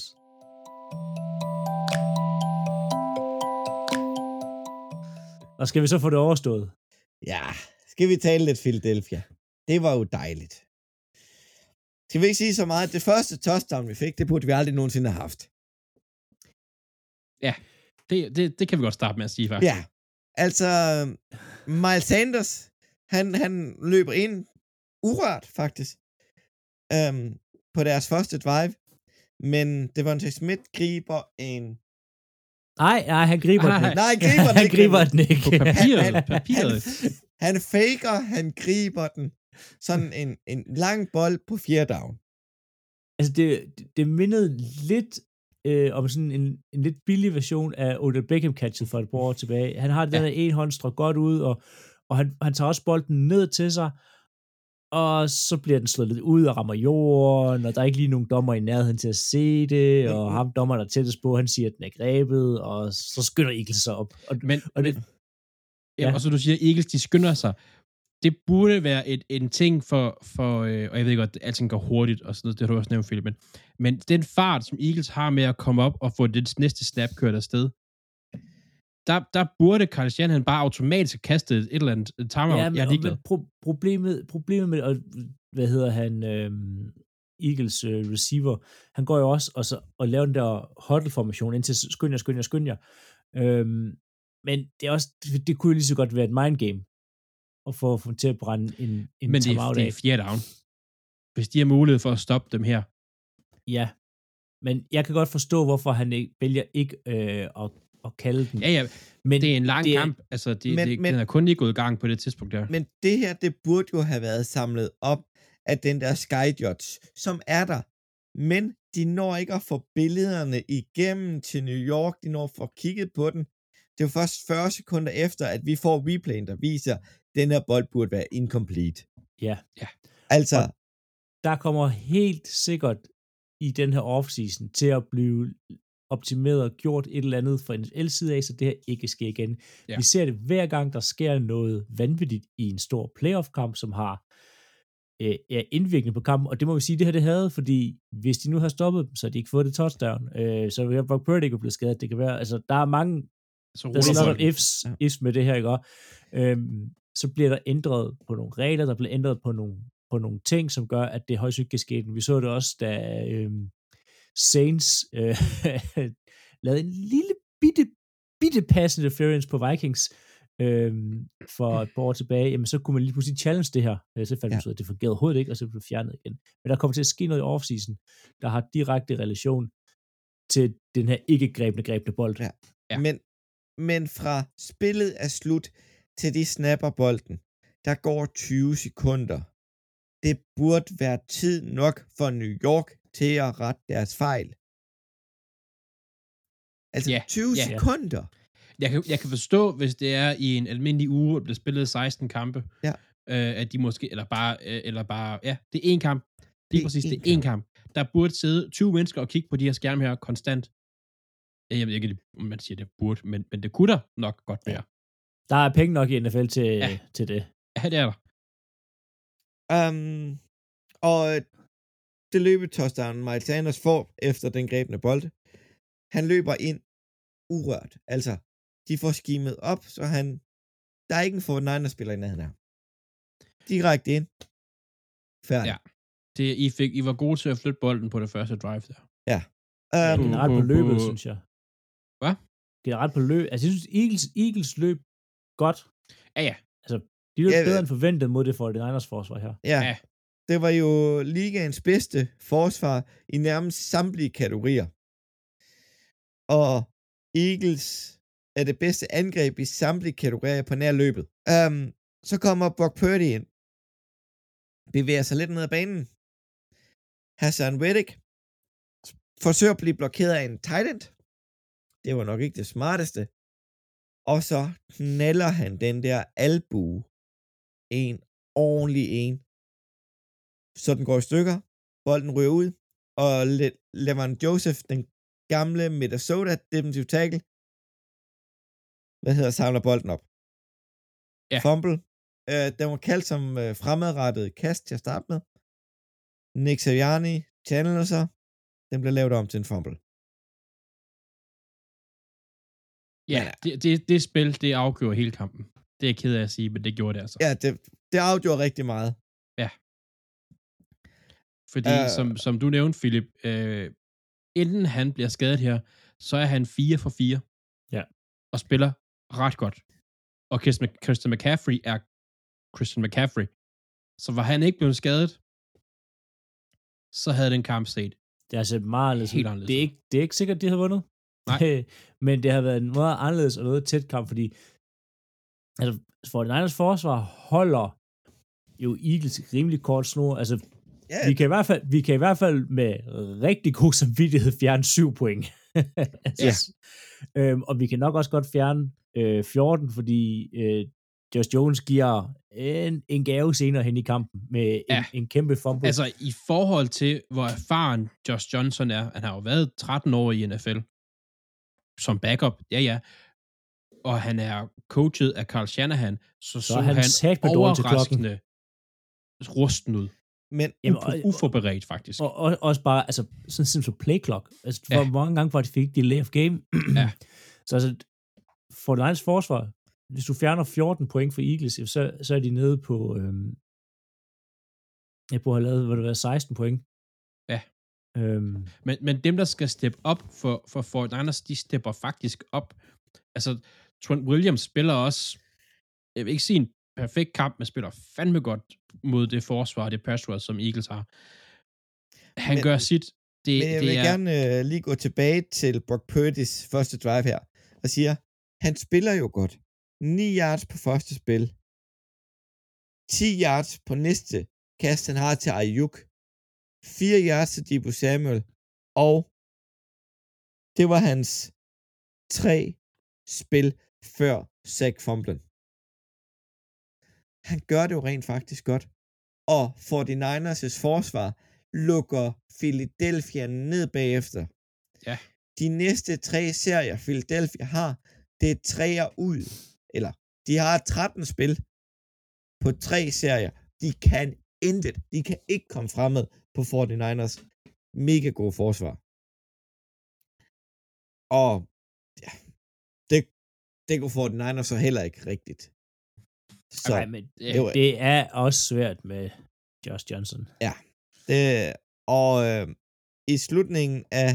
Og skal vi så få det overstået? Ja, skal vi tale lidt Philadelphia. Det var jo dejligt. Skal vi ikke sige så meget? Det første touchdown, vi fik, det burde vi aldrig nogensinde have haft. Ja, det, det, det kan vi godt starte med at sige, faktisk. Ja, altså, Miles Sanders, han, han løber ind urørt, faktisk, øhm, på deres første drive, men Devontae Smith griber en... Nej, nej, han griber nej, den ikke. Nej, han griber den han ikke. griber den ikke. På papiret. Han, han, papiret. Han, han faker, han griber den. Sådan en, en lang bold på fjerde down. Altså, det, det mindede lidt øh, om sådan en, en lidt billig version af Odell Beckham-catchet for et par år tilbage. Han har den ja. der en hånd, strøk godt ud, og, og han, han tager også bolden ned til sig, og så bliver den slået lidt ud og rammer jorden, og der er ikke lige nogen dommer i nærheden til at se det, og mm-hmm. ham dommer, der tættest på, han siger, at den er grebet, og så skynder Eagles sig op. Og, men, og det, ja, ja, og så du siger, Eagles, de skynder sig. det burde være et, en ting for, for øh, og jeg ved godt, at alting går hurtigt, og sådan noget, det har du også nævnt, Philip, men, men den fart, som Eagles har med at komme op og få det næste snap kørt afsted, der, der burde Kyle Shanahan bare automatisk kaste et eller andet timeout. Ja, men, jeg er ligeglad. pro- problemet, problemet med, og, hvad hedder han, øhm, Eagles øh, receiver, han går jo også og, så, og laver den der huddle-formation, indtil skynd jer, skynd jer, skynd jer. Øhm, men det er også, det kunne jo lige så godt være et mind game, og få dem til at brænde en, en Men det er, timeout det af. er fjerde down. Hvis de har mulighed for at stoppe dem her. Ja, men jeg kan godt forstå, hvorfor han ikke, vælger ikke øh, at, at kalde den. Ja, ja, men det er en lang det er, kamp. Altså, det, men, det, men, den er kun lige gået i gang på det tidspunkt der. Men det her, det burde jo have været samlet op af den der Sky Judge, som er der. Men de når ikke at få billederne igennem til New York. De når at få kigget på den. Det er jo først fyrre sekunder efter, at vi får replayen, der viser, at den her bold burde være incomplete. Ja. ja. Altså. Og der kommer helt sikkert i den her offseason til at blive optimeret og gjort et eller andet fra N F L-side af, så det her ikke sker igen. Ja. Vi ser det hver gang, der sker noget vanvittigt i en stor playoff-kamp, som har øh, er indvirkende på kampen, og det må vi sige, det her det havde, fordi hvis de nu har stoppet dem, så har de ikke fået det touchdown, øh, så vil Brock Purdy ikke blive skadet. Det kan være, altså der er mange så der er noget ifs, ifs med det her, ikke? Øhm, så bliver der ændret på nogle regler, der bliver ændret på nogle, på nogle ting, som gør, at det højst ikke kan ske. Vi så det også, da øhm, Saints øh, lavede en lille bitte, bitte pass interference på Vikings øhm, for et par år tilbage, jamen så kunne man lige pludselig challenge det her. Så fandt man ja. ud af, at det fungerede overhovedet ikke, og så blev det fjernet igen. Men der kommer til at ske noget i offseason, der har direkte relation til den her ikke-grebne, grebne bold. Ja. Ja. Men, men fra spillet er slut til de snapper bolden, der går tyve sekunder. Det burde være tid nok for New York til at rette deres fejl. Altså yeah, tyve yeah. sekunder. Jeg kan, jeg kan forstå, hvis det er i en almindelig uge, og bliver spillet seksten kampe, ja. øh, at de måske, eller bare, øh, eller bare, ja, det er én kamp. Det er præcis, det er én kamp. Der burde sidde tyve mennesker og kigge på de her skærme her konstant. Jeg ved ikke, om man siger, det burde, men, men det kunne der nok godt være. Der er penge nok i N F L til, ja. til det. Ja, det er der. Um, og det løbetouchdown, Miles Sanders får efter den grebne bold, han løber ind urørt. Altså, de får skimet op, så han, der er ikke en forty-niners-spiller i nærheden her. Direkte ind. Færdig. Ja. Det, I, fik, I var gode til at flytte bolden på det første drive der. Ja. Um, ja ret på løbet, synes jeg. Hvad? Generelt på løb. Altså, jeg synes, Eagles, Eagles løb godt. Ja, ja. Altså, de løb ja, bedre end forventet mod det forty-niners forsvar her. Ja. ja. Det var jo ligaens bedste forsvar i nærmest samtlige kategorier. Og Eagles er det bedste angreb i samtlige kategorier på nær løbet. Um, så kommer Brock Purdy ind. Bevæger sig lidt ned ad banen. Hassan Reddick forsøger at blive blokeret af en tight end. Det var nok ikke det smarteste. Og så knaller han den der albue. En ordentlig en. Så den går i stykker. Bolden ryger ud. Og Le- Levan Joseph, den gamle Minnesota defensive tackle, hvad hedder, samler bolden op. Ja. Fumble. Uh, den var kaldt som uh, fremadrettet kast til at starte med. Nick Sirianni channeler sig. Den blev lavet om til en fumble. Ja, det, det, det spil, det afgjorde hele kampen. Det er jeg ked af at sige, men det gjorde det altså. Ja, det, det afgjorde rigtig meget. Ja. Fordi, uh, som, som du nævnte, Philip, øh, inden han bliver skadet her, så er han fire for fire. Ja. Og spiller ret godt. Og Christian McCaffrey er Christian McCaffrey. Så var han ikke blevet skadet, så havde den kamp set. Det er altså meget anderledes. Helt anderledes. Det er ikke, det er ikke sikkert, de har vundet. Nej. Men det har været en meget anderledes og noget tæt kamp, fordi altså, forty-niners forsvar holder jo Eagles rimelig kort snor. Altså, yeah. vi, kan i hvert fald, vi kan i hvert fald med rigtig god samvittighed fjerne syv point. altså, yeah. øhm, og vi kan nok også godt fjerne øh, fjorten, fordi øh, Josh Jones giver en, en gave senere hen i kampen med en, ja. en kæmpe fumble. Altså, i forhold til, hvor erfaren Josh Johnson er, han har jo været tretten år i N F L, som backup, ja ja, og han er coachet af Carl Shanahan, så så, Så er han han sat med dårlig til klokken. overraskende rusten ud. Men Jamen, Upo- uforberedt, faktisk. Og, og også bare, altså, sådan simpelthen som play clock. Altså, hvor Ja. mange gange var det fik delay of game. Ja. Så altså, for Lions forsvar, hvis du fjerner fjorten point for Eagles, så, så er de nede på, øhm, jeg burde have lavet, hvad det var, seksten point. Ja. Øhm, Men, men dem, der skal steppe op for, for Fort Niners, de stepper faktisk op. Altså, Trent Williams spiller også, jeg vil ikke sige en perfekt kamp, men spiller fandme godt mod det forsvar, det pass rush, som Eagles har. Han Men- gør sit. Det, Men jeg det vil er, gerne øh, lige gå tilbage til Brock Purdy's første drive her, og siger, han spiller jo godt. ni yards på første spil. ti yards på næste kast, han har til Ayuk. fire yards til Deebo Samuel. Og det var hans tre spil før Zach Fumblen. Han gør det jo rent faktisk godt. Og forty-niners' forsvar lukker Philadelphia ned bagefter. Ja. De næste tre serier, Philadelphia har, det er treer ud. Eller, de har tretten spil på tre serier. De kan intet. De kan ikke komme fremad på forty-niners. Mega god forsvar. Og ja, det, det kunne forty-niners så heller ikke rigtigt. Så nej, men det, det var- det er også svært med Josh Johnson. det, og øh, i slutningen af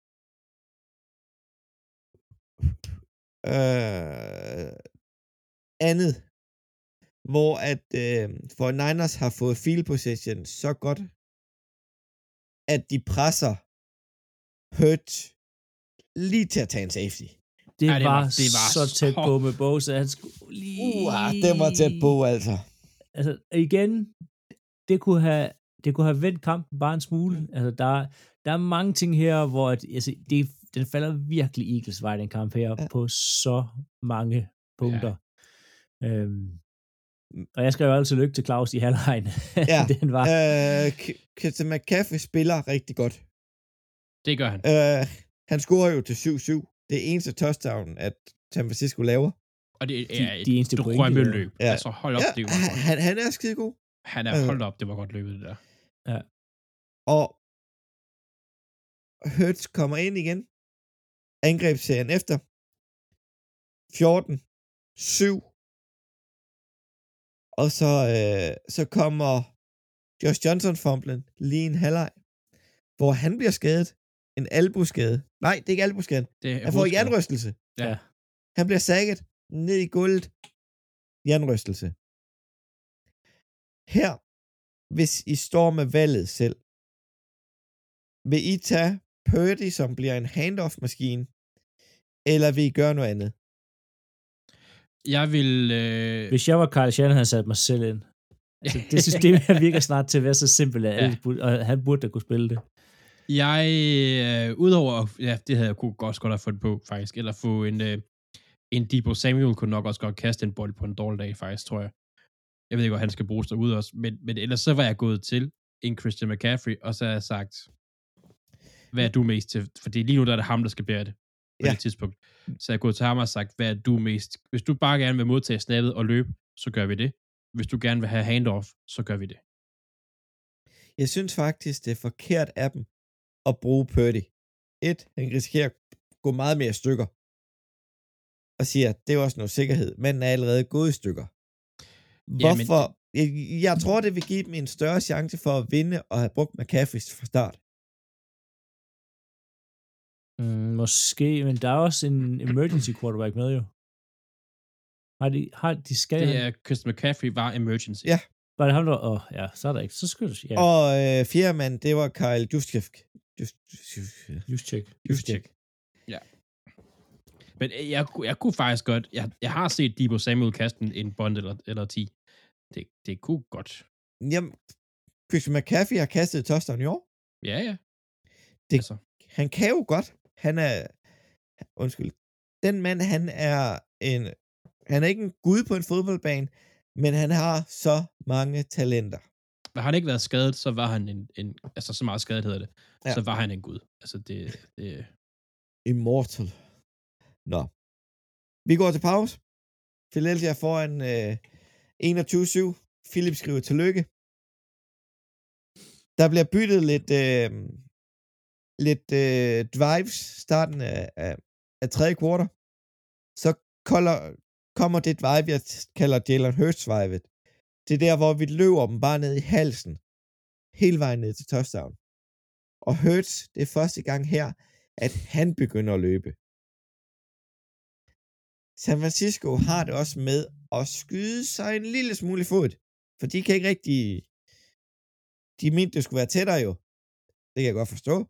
øh, andet, hvor at øh, for Niners har fået field possession så godt, at de presser Hurt lige til at tage en safety. Det, Ja, ja, det var, var- det var så tæt så- på med Bosa. Han skulle lige... Uh, det var tæt på, altså. Altså, igen, det kunne have, det kunne have vendt kampen bare en smule. Altså, der, der er mange ting her, hvor at, altså, det, den falder virkelig Eagles vej, den kamp her, Ja. ja. på så mange punkter. Ja. Øhm, og jeg skrev jo altid lykke til Claus i halvlejen. Ja. den var... Øh, K- Christian McCaffrey spiller rigtig godt. det gør han. Øh, han scorer jo til syv syv. Det er eneste touchdown, at San Francisco laver. Og det de, er et de eneste point, de drømmeløb. Ja. Altså, hold op, Ja, det var han, godt. han, han er skide god. Han er øh. holdt op, det var godt løbet, det der. Og Hurts kommer ind igen. Angrebsserien efter. fjorten syv. Og så, øh, så kommer Josh Johnson fumblen lige en halvleg, hvor han bliver skadet. En albuskade. Nej, det er ikke albuskaden. Det er Han får hovedskade. jernrystelse. Ja. Han bliver sækket ned i gulvet. Jernrystelse. Her, hvis I står med valget selv, vil I tage Purdy, som bliver en handoff-maskine, eller vil I gøre noget andet? Jeg vil... Øh, Hvis jeg var Carl Shanahan, havde sat mig selv ind. Altså, det system her virker snart til at være så simpelt, at Ja. alle burde, og han burde da kunne spille det. Jeg, øh, udover, ja, det havde jeg kunne også godt have fået på, faktisk, eller få en, øh, en Deebo Samuel kunne nok også godt kaste en bold på en dårlig dag, faktisk, tror jeg. Jeg ved ikke, hvor han skal bruges derude også, men, men ellers så var jeg gået til en Christian McCaffrey, og så har jeg sagt, hvad er du mest til? Fordi lige nu der er det ham, der skal bære det på Ja. det tidspunkt. Så jeg er gået til ham og sagt, hvad er du mest? Hvis du bare gerne vil modtage snappet og løbe, så gør vi det. Hvis du gerne vil have handoff, så gør vi det. Jeg synes faktisk, det er forkert af dem at bruge Purdy. Et, han risikerer at gå meget mere i stykker. Og siger, det er også noget sikkerhed. Men er allerede gået i stykker. Hvorfor? Jeg, jeg tror, det vil give dem en større chance for at vinde og have brugt McCaffrey fra start. Mm, måske, men der er også en emergency quarterback med jo. Har de, har de skal... Det er Christian McCaffrey var emergency. Ja. Var det ham, der... Åh, oh, ja, så er der ikke. Så skal du... Ja, Og øh, fjerde mand, det var Kyle Juszczyk. Just, just check. Juszczyk. Men øh, jeg, jeg kunne faktisk godt... Jeg, jeg har set Deebo Samuel kaste en, en bond eller, eller ti. Det, det kunne godt. Jamen, Christian McCaffrey har kastet et touchdown i år. Ja, ja. Det, Altså. Han kan jo godt. Han er... Undskyld. Den mand, han er en... Han er ikke en gud på en fodboldbane, men han har så mange talenter. Var han ikke været skadet, så var han en... en altså, så meget skadet hedder det. Ja. Så var han en gud. Altså, det... det Immortal. Nå. Vi går til pause. Philadelphia foran øh, enogtyve syv. Philip skriver tillykke. Der bliver byttet lidt, øh, lidt øh, drives starten af, af, af tredje kvartal. Så kolder, kommer det drive, jeg kalder Jalen Hurts-drivet. Det er der, hvor vi løber dem bare ned i halsen. Hele vejen ned til touchdown. Og Hurts, det er første gang her, at han begynder at løbe. San Francisco har det også med at skyde sig en lille smule i fod. For de kan ikke rigtig... De mente, det skulle være tættere jo. Det kan jeg godt forstå.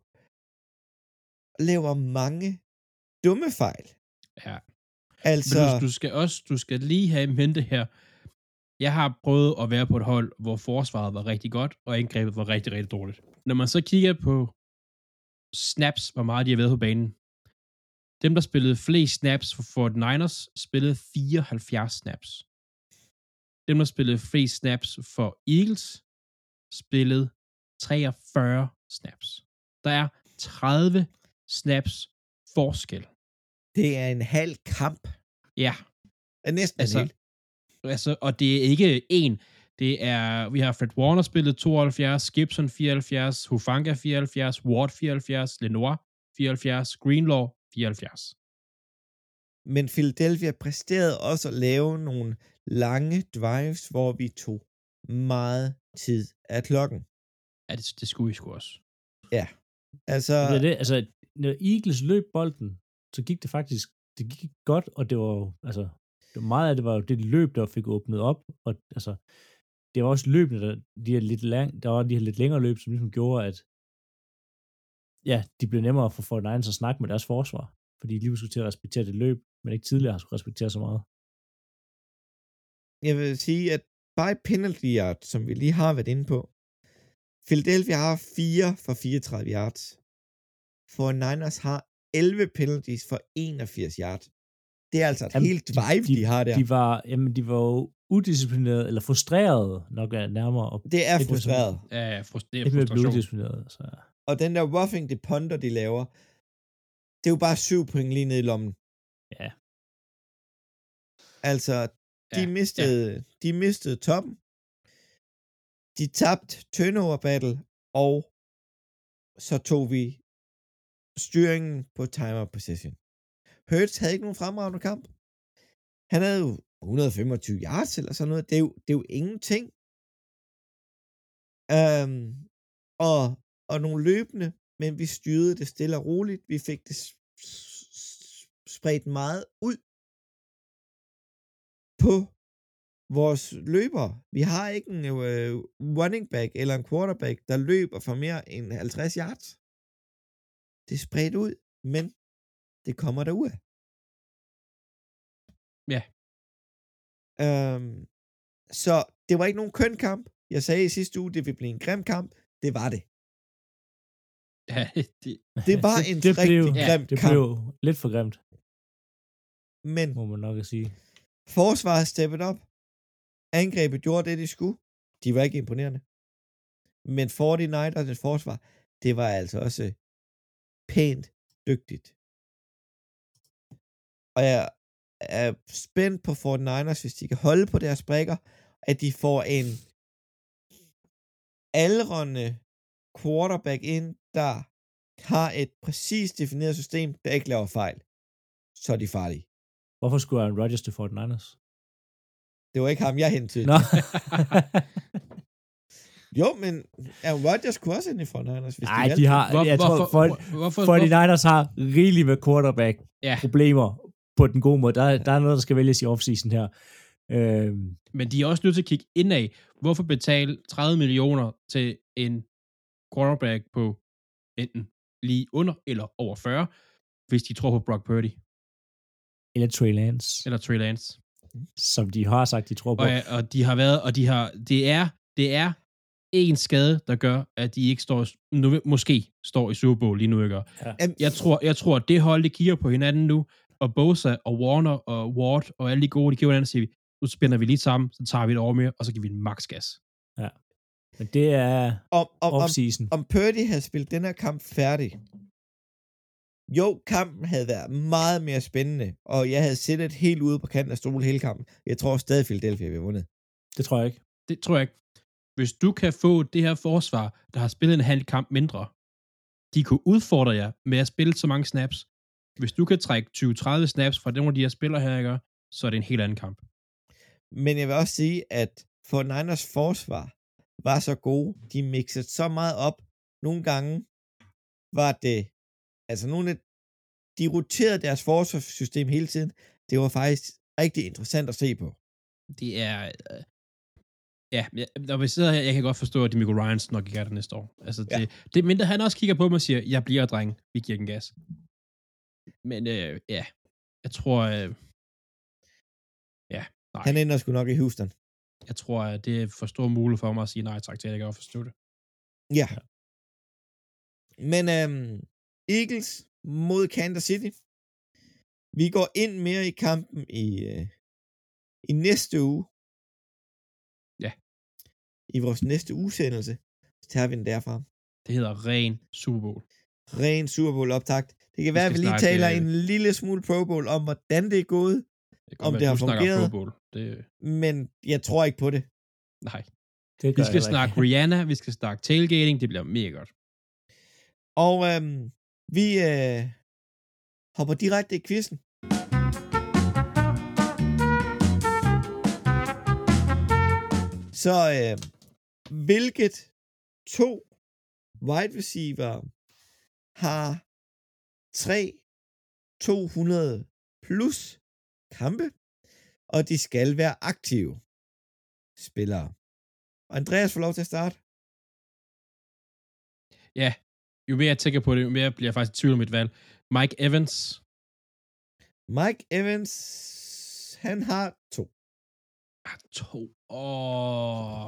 Laver mange dumme fejl. Ja. Altså... Men du, du skal også, du skal lige have i mente her. Jeg har prøvet at være på et hold, hvor forsvaret var rigtig godt, og angrebet var rigtig, rigtig dårligt. Når man så kigger på snaps, hvor meget de har været på banen. Dem, der spillede flest snaps for forty-niners, spillede fireoghalvfjerds snaps. Dem, der spillede flest snaps for Eagles, spillede treogfyrre snaps. Der er tredive snaps forskel. Det er en halv kamp. Ja. Er næsten altså, en hel. Altså, og det er ikke en. Det er, vi har Fred Warner spillet tooghalvfjerds, Gibson fireoghalvfjerds, Hufanga fireoghalvfjerds, Ward fireoghalvfjerds, Lenoir fireoghalvfjerds, Greenlaw fireoghalvfjerds. Men Philadelphia præsterede også at lave nogle lange drives, hvor vi tog meget tid af klokken. Ja, det, det skulle vi sgu også. Ja. Altså... Det er det, altså, når Eagles løb bolden, så gik det faktisk, det gik godt, og det var altså, det var meget af det var jo det løb, der fik åbnet op, og altså, det var også løbende, der, de her lidt lang, der var de her lidt længere løb, som ligesom gjorde, at ja, de blev nemmere for forty-niners at snakke med deres forsvar, fordi de lige skulle til at respektere det løb, men ikke tidligere har skulle respektere så meget. Jeg vil sige, at by penalty yard, som vi lige har været inde på, Philadelphia har fire for fireogtredive yards. forty-niners har elleve penalties for enogfirs yards. Det er altså et jamen, helt drive, de, de, de har der. De var, jamen, de var jo udisciplinerede, eller frustrerede nok er nærmere. Og det er frustreret. Ja, ja, frust- det er ikke frustration. Udisciplineret, så. Og den der roughing the punter, de laver, det er jo bare syv point lige ned i lommen. Ja. Altså, de, ja, mistede, ja. de mistede toppen. De tabte turnover battle, og så tog vi styringen på timer possession. Hurts havde ikke nogen fremragende kamp. Han havde jo et hundrede og femogtyve yards eller sådan noget. Det er jo, det er jo ingenting. Um, og, og nogle løbende, men vi styrede det stille og roligt. Vi fik det spredt meget ud på vores løbere. Vi har ikke en uh, running back eller en quarterback, der løber for mere end halvtreds yards. Det er spredt ud, men det kommer derud. Ja. Um, så det var ikke nogen køn kamp. Jeg sagde i sidste uge, det ville blive en grim kamp. Det var det. Ja, det, det var en det rigtig blev, grim det kamp. Det blev lidt for grimt. Men må man nok at sige. Forsvaret steppet op. Angrebet gjorde det, de skulle. De var ikke imponerende. Men forty-niners forsvar, det var altså også pænt dygtigt. Og jeg er spændt på forty-niners, hvis de kan holde på deres brækker, at de får en aldrende quarterback ind, der har et præcist defineret system, der ikke laver fejl. Så er de farlige. Hvorfor skulle Aaron Rodgers til forty-niners? Det var ikke ham, jeg hentede. Nå. Jo, men Aaron Rodgers kunne også ind i forty-niners, hvis Ej, de, de har, hvor, jeg tror, hvorfor, for, hvorfor, forty-niners har rigeligt med quarterback-problemer ja. på den gode måde. Der, der er noget, der skal vælges i offseason her. Øhm. Men de er også nødt til at kigge indad. Hvorfor betale tredive millioner til en quarterback på enten lige under eller over fyrre, hvis de tror på Brock Purdy? Eller Trey Lance. Eller Trey Lance. Som de har sagt, de tror på. Og, og de har været, og de har, det er, det er en skade, der gør, at de ikke står, nu, måske står i Super Bowl lige nu, ikke? Ja. Jeg tror, jeg tror, at det hold, de kigger på hinanden nu, og Bosa og Warner og Ward og alle de gode, de kigger på hinanden og siger, nu spænder vi lige sammen, så tager vi et år mere, og så giver vi en max gas. Ja. Men det er om, om, off-season. Om, om Purdy havde spillet den her kamp færdig, Jo, kampen havde været meget mere spændende, og jeg havde siddet helt ude på kanten af stolen hele kampen. Jeg tror stadig, Philadelphia ville have vundet. Det tror jeg ikke. Det tror jeg ikke. Hvis du kan få det her forsvar, der har spillet en halv kamp mindre, de kunne udfordre jer med at spille så mange snaps. Hvis du kan trække tyve til tredive snaps fra nogle af de her spillere her, ikke, så er det en helt anden kamp. Men jeg vil også sige, at for Niners forsvar var så gode. De mixede så meget op. Nogle gange var det, altså nogle af, de roterede deres forsvarssystem hele tiden. Det var faktisk rigtig interessant at se på. Det er, øh, ja, når vi sidder her, jeg kan godt forstå, at D'Amico Ryans nok ikke er der næste år. Altså, det, ja. det, men han også kigger på mig og siger, jeg bliver dreng, vi giver den gas. Men øh, ja, jeg tror, øh, ja, nej. Han ender sgu nok i Houston. Jeg tror, at det er for stor mulighed for mig at sige nej tak til, jeg kan godt forstå det. Ja. Men øhm, Eagles mod Kansas City. Vi går ind mere i kampen i, øh, i næste uge. Ja. I vores næste udsendelse. Så tager vi den derfra. Det hedder ren Super Bowl. Ren Super Bowl optakt. Det kan være, at vi lige taler øh... en lille smule Pro Bowl om, hvordan det er gået. Det om være, det har fungeret. Pro Bowl. Det... Men jeg tror ikke på det. Nej. Det vi skal snakke Rihanna, vi skal snakke tailgating, det bliver mega godt. Og øhm, vi øh, hopper direkte i quizzen. Så øh, hvilket to wide receiver har tre to hundrede plus kampe, og de skal være aktive spillere. Og Andreas får lov til at starte. Ja, jo mere jeg tænker på det, jo mere bliver jeg faktisk i tvivl om mit valg. Mike Evans. Mike Evans, han har to. Ah, to. Åh. Oh,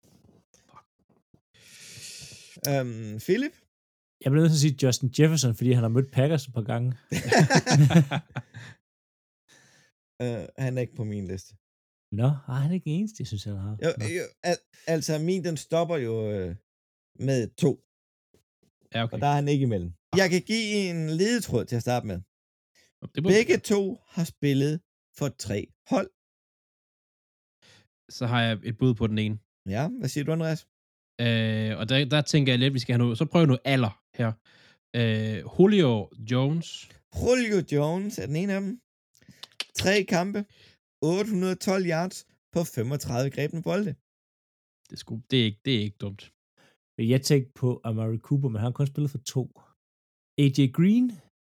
øhm, Philip? Jeg bliver nødt til at sige Justin Jefferson, fordi han har mødt Packers et par gange. uh, han er ikke på min liste. Nå, ah, han er ikke den eneste, jeg synes, han har. Jo, jo, al- altså, min, den stopper jo øh, med to. Ja, okay. Og der er han ikke imellem. Jeg kan give en ledetråd til at starte med. Det Begge to har spillet for tre hold. Så har jeg et bud på den ene. Ja, hvad siger du, Andreas? Øh, og der, der tænker jeg lidt, vi skal have noget, så prøv noget alder her. Øh, Julio Jones. Julio Jones er den ene af dem. Tre kampe, otte hundrede og tolv yards på femogtredive grebne bolde. Det er, sgu, det er, ikke, det er ikke dumt. Jeg tænkte på Amari Cooper, men han har kun spillet for to. A J Green?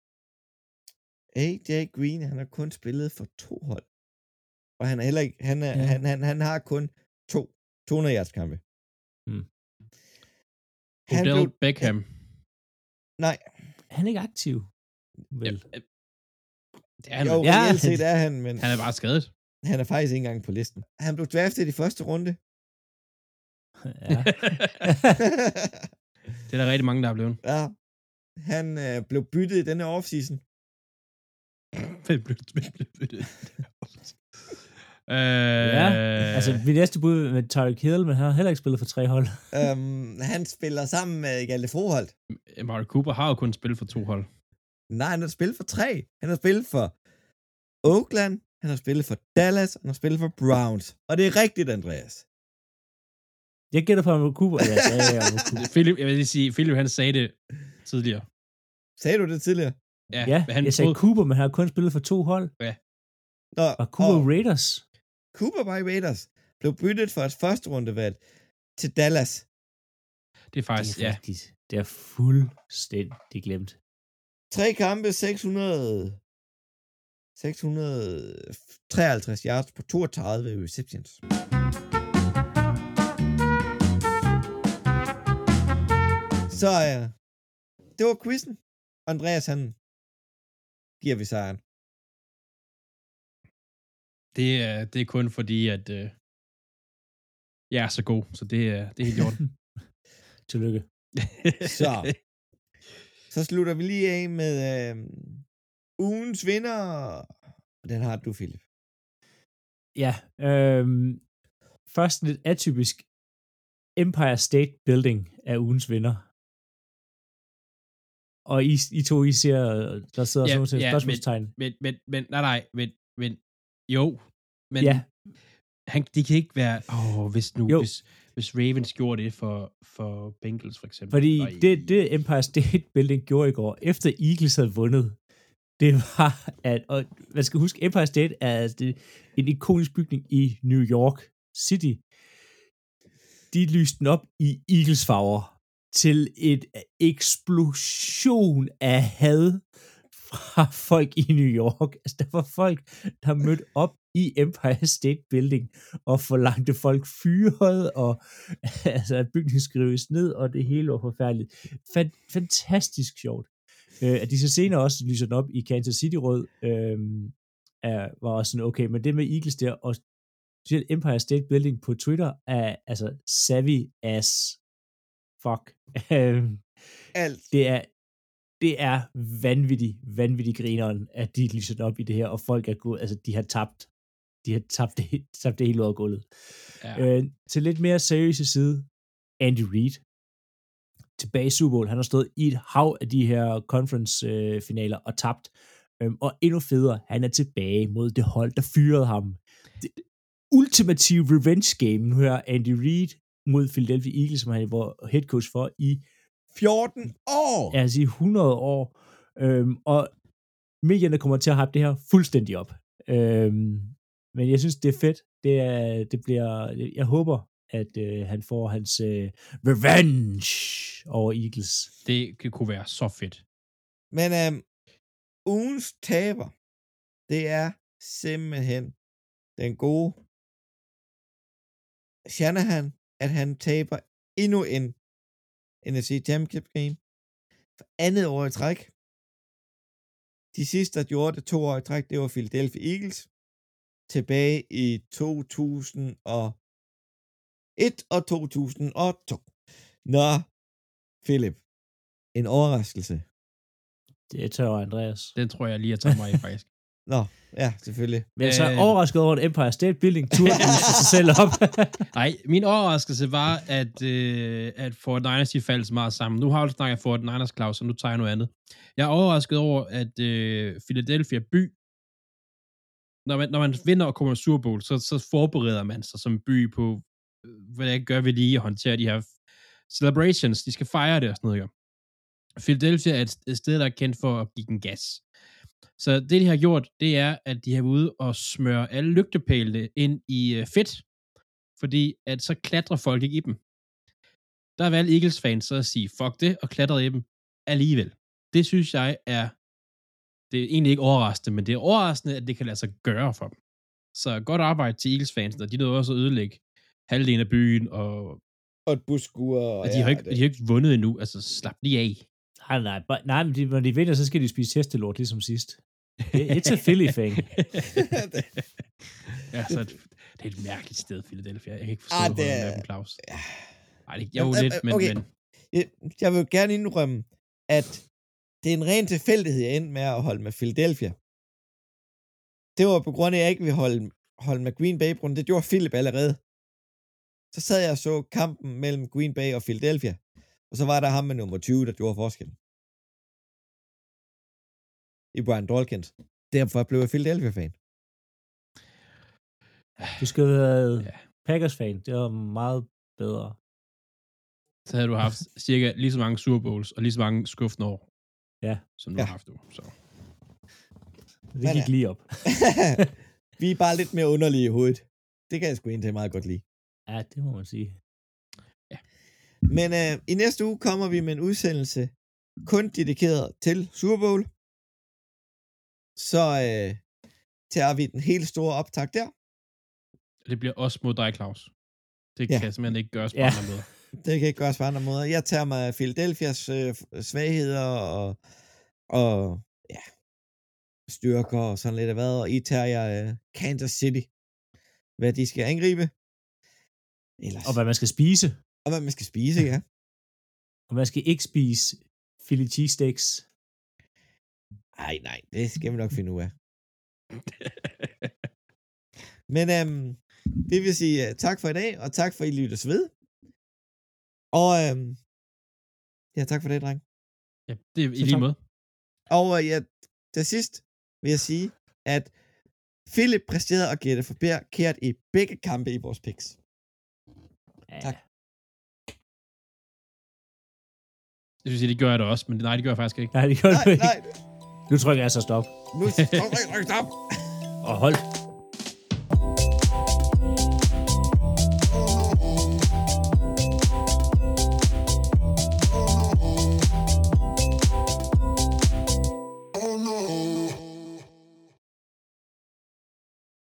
A J Green, han har kun spillet for to hold. Og han er heller ikke, han, er, ja. han, han, han har kun to to hundrede yards kampe. Hmm. Han Odell blev, Beckham. Nej. Han er ikke aktiv. Vel. Ja, det er han. Jo, ja, reelt set er han, men... Han er bare skadet. Han er faktisk ikke engang på listen. Han blev draftet i første runde. Ja. Det er der rigtig mange, der er blevet. Ja. Han øh, blev byttet i denne offseason. Hvem blev byttet? Øh, ja, altså mit næste bud med Tyreek Hill, men han har heller ikke spillet for tre hold. øhm, han spiller sammen med Hjalte Froholt. Amari Cooper har jo kun spillet for to hold. Nej, han har spillet for tre. Han har spillet for Oakland, han har spillet for Dallas, og han har spillet for Browns. Og det er rigtigt, Andreas. Jeg gætter på Amari Cooper. Ja, ja, ja, Cooper. Philip, jeg vil lige sige, Philip han sagde det tidligere. Sagde du det tidligere? Ja, ja han jeg sagde troede... Cooper, men han har kun spillet for to hold. Ja. Nå, og Cooper og Raiders. Cooper by Raiders blev byttet for et første rundevalg til Dallas. Det er faktisk, det er ja. Rigtigt. Det er fuldstændig glemt. Tre kampe, seks hundrede, seks hundrede treoghalvtreds yards på toogtredive receptions. Så ja, uh, det var quizzen. Andreas, han giver vi sejren. Det er, det er kun fordi, at øh, jeg er så god, så det er, det er helt gjort. Tillykke. Så, så slutter vi lige af med øh, ugens vinder. Den har du, Philip. Ja, øh, først lidt atypisk. Empire State Building er ugens vinder. Og I, I to, I ser, der sidder Ja, sådan nogle ja, spørgsmålstegn. Men, men, men, nej, nej, men, men, jo, men Ja. han, de kan ikke være, åh, hvis nu, Jo. hvis, hvis Ravens gjorde det for, for Bengals, for eksempel. Fordi Ej. det, det Empire State Building gjorde i går, efter Eagles havde vundet, det var, at, og man skal huske, Empire State er det, en ikonisk bygning i New York City. De lyste den op i Eagles farver til et eksplosion af had fra folk i New York. Altså, der var folk, der mødte op i Empire State Building og forlangte folk fyret, og altså, at bygningen skrives ned, og det hele var forfærdeligt. Fan- fantastisk sjovt. Øh, at de så senere også lyser den op i Kansas City rød, øh, er, var også sådan, okay, men det med Eagles der, og specielt Empire State Building på Twitter, er altså savvy as fuck. Alt. Det er, det er vanvittigt, vanvittigt grineren, at de lyser den op i det her, og folk er gået, altså de har tabt, de har tabt det, tabt det hele ud af gulvet. Ja. Øh, til lidt mere seriøse side, Andy Reid, tilbage i Super Bowl, han har stået i et hav af de her conference-finaler øh, og tabt, øhm, og endnu federe, han er tilbage mod det hold, der fyrede ham. Det ultimative revenge game, nu her Andy Reid mod Philadelphia Eagles, som han var head coach for i fjorten år! Ja, altså i hundrede år. Øhm, og medierne kommer til at hype det her fuldstændig op. Øhm, men jeg synes, det er fedt. Det, er, det bliver, jeg håber, at øh, han får hans øh, revenge over Eagles. Det kunne være så fedt. Men øhm, ugens taber, det er simpelthen den gode Shanahan, at han taber endnu en N F C Championship game for andet år i træk. De sidste, der gjorde det to år i træk, det var Philadelphia Eagles tilbage i to tusind og et og to tusind og to. Nå, Philip, en overraskelse. Det tør Andreas. Den tror jeg lige at tage mig i, faktisk. Nå, ja, selvfølgelig. Men så øh... overrasket over, at Empire State Building turde vise sig selv op. Nej, min overraskelse var, at, øh, at forty-niners de faldt så meget sammen. Nu har du snakket forty-niners, Claus, og nu tager jeg noget andet. Jeg er overrasket over, at øh, Philadelphia by, når man, når man vinder og kommer til Super Bowl, så, så forbereder man sig som by på, hvad gør vi lige at håndtere de her celebrations. De skal fejre det og sådan noget, jo. Philadelphia er et, et sted, der er kendt for at give den gas. Så det, de har gjort, det er, at de har været ude og smøre alle lygtepælene ind i uh, fedt, fordi at så klatrer folk ikke i dem. Der er valgt Eagles-fans så at sige, fuck det, og klatrer i dem alligevel. Det synes jeg er, det er egentlig ikke overraskende, men det er overraskende, at det kan lade sig gøre for dem. Så godt arbejde til Eagles-fans, og de nåede også at ødelægge halvdelen af byen, og, og et busskur. Og, og de, har ja, ikke, de har ikke vundet endnu, altså slap lige af. Nej, nej, but, nej, men de, når de vinder, så skal de spise hestelort, ligesom sidst. It's a Philly thing. Ja, så det, det er et mærkeligt sted, Philadelphia. Jeg kan ikke forstå, ah, det er... er Claus. Ej, det er jo Jamen, lidt, men... okay. men... Jeg, jeg vil gerne indrømme, at det er en ren tilfældighed, jeg endte med at holde med Philadelphia. Det var på grund af, at jeg ikke ville holde, holde med Green Bay, på det gjorde Philip allerede. Så sad jeg og så kampen mellem Green Bay og Philadelphia, og så var der ham med nummer tyve, der gjorde forskellen. I Brian Dawkins. Derfor blev jeg Philadelphia-fan. Du skal have været ja. Packers-fan. Det var meget bedre. Så havde du haft cirka lige så mange Super Bowls og lige så mange skuffende år. Ja. Som du ja. har haft du. Så. Det gik lige op. Vi er bare lidt mere underlige i hovedet. Det kan jeg sgu egentlig meget godt lide. Ja, det må man sige. Ja. Men øh, i næste uge kommer vi med en udsendelse kun dedikeret til Super Bowl. Så øh, tager vi den helt store optag der. Det bliver også mod dig, Claus. Det ja. kan simpelthen ikke gøres på ja. andre måder. Det kan ikke gøres på andre måder. Jeg tager mig Philadelphias øh, svagheder og, og ja, styrker og sådan lidt af hvad, og I tager jeg øh, Kansas City. Hvad de skal angribe. Ellers. Og hvad man skal spise. Og hvad man skal spise, ja. Og man skal ikke spise Philly cheesesteaks. Ej, nej, det skal vi nok finde ud af. Men øhm, det vil sige uh, tak for i dag, og tak for, at I lyttes ved. Og øhm, ja, tak for det, dreng. Ja, det er i Så lige tak. måde. Og øh, ja, til sidst vil jeg sige, at Philip præsterede at gætte forkert i begge kampe i vores picks. Ja. Tak. Jeg synes, det gør jeg da også, men nej, det gør jeg faktisk ikke. Nej, det gør Nej, du ikke. nej. Nu trykker jeg så stop. Nu stop, stop. Og hold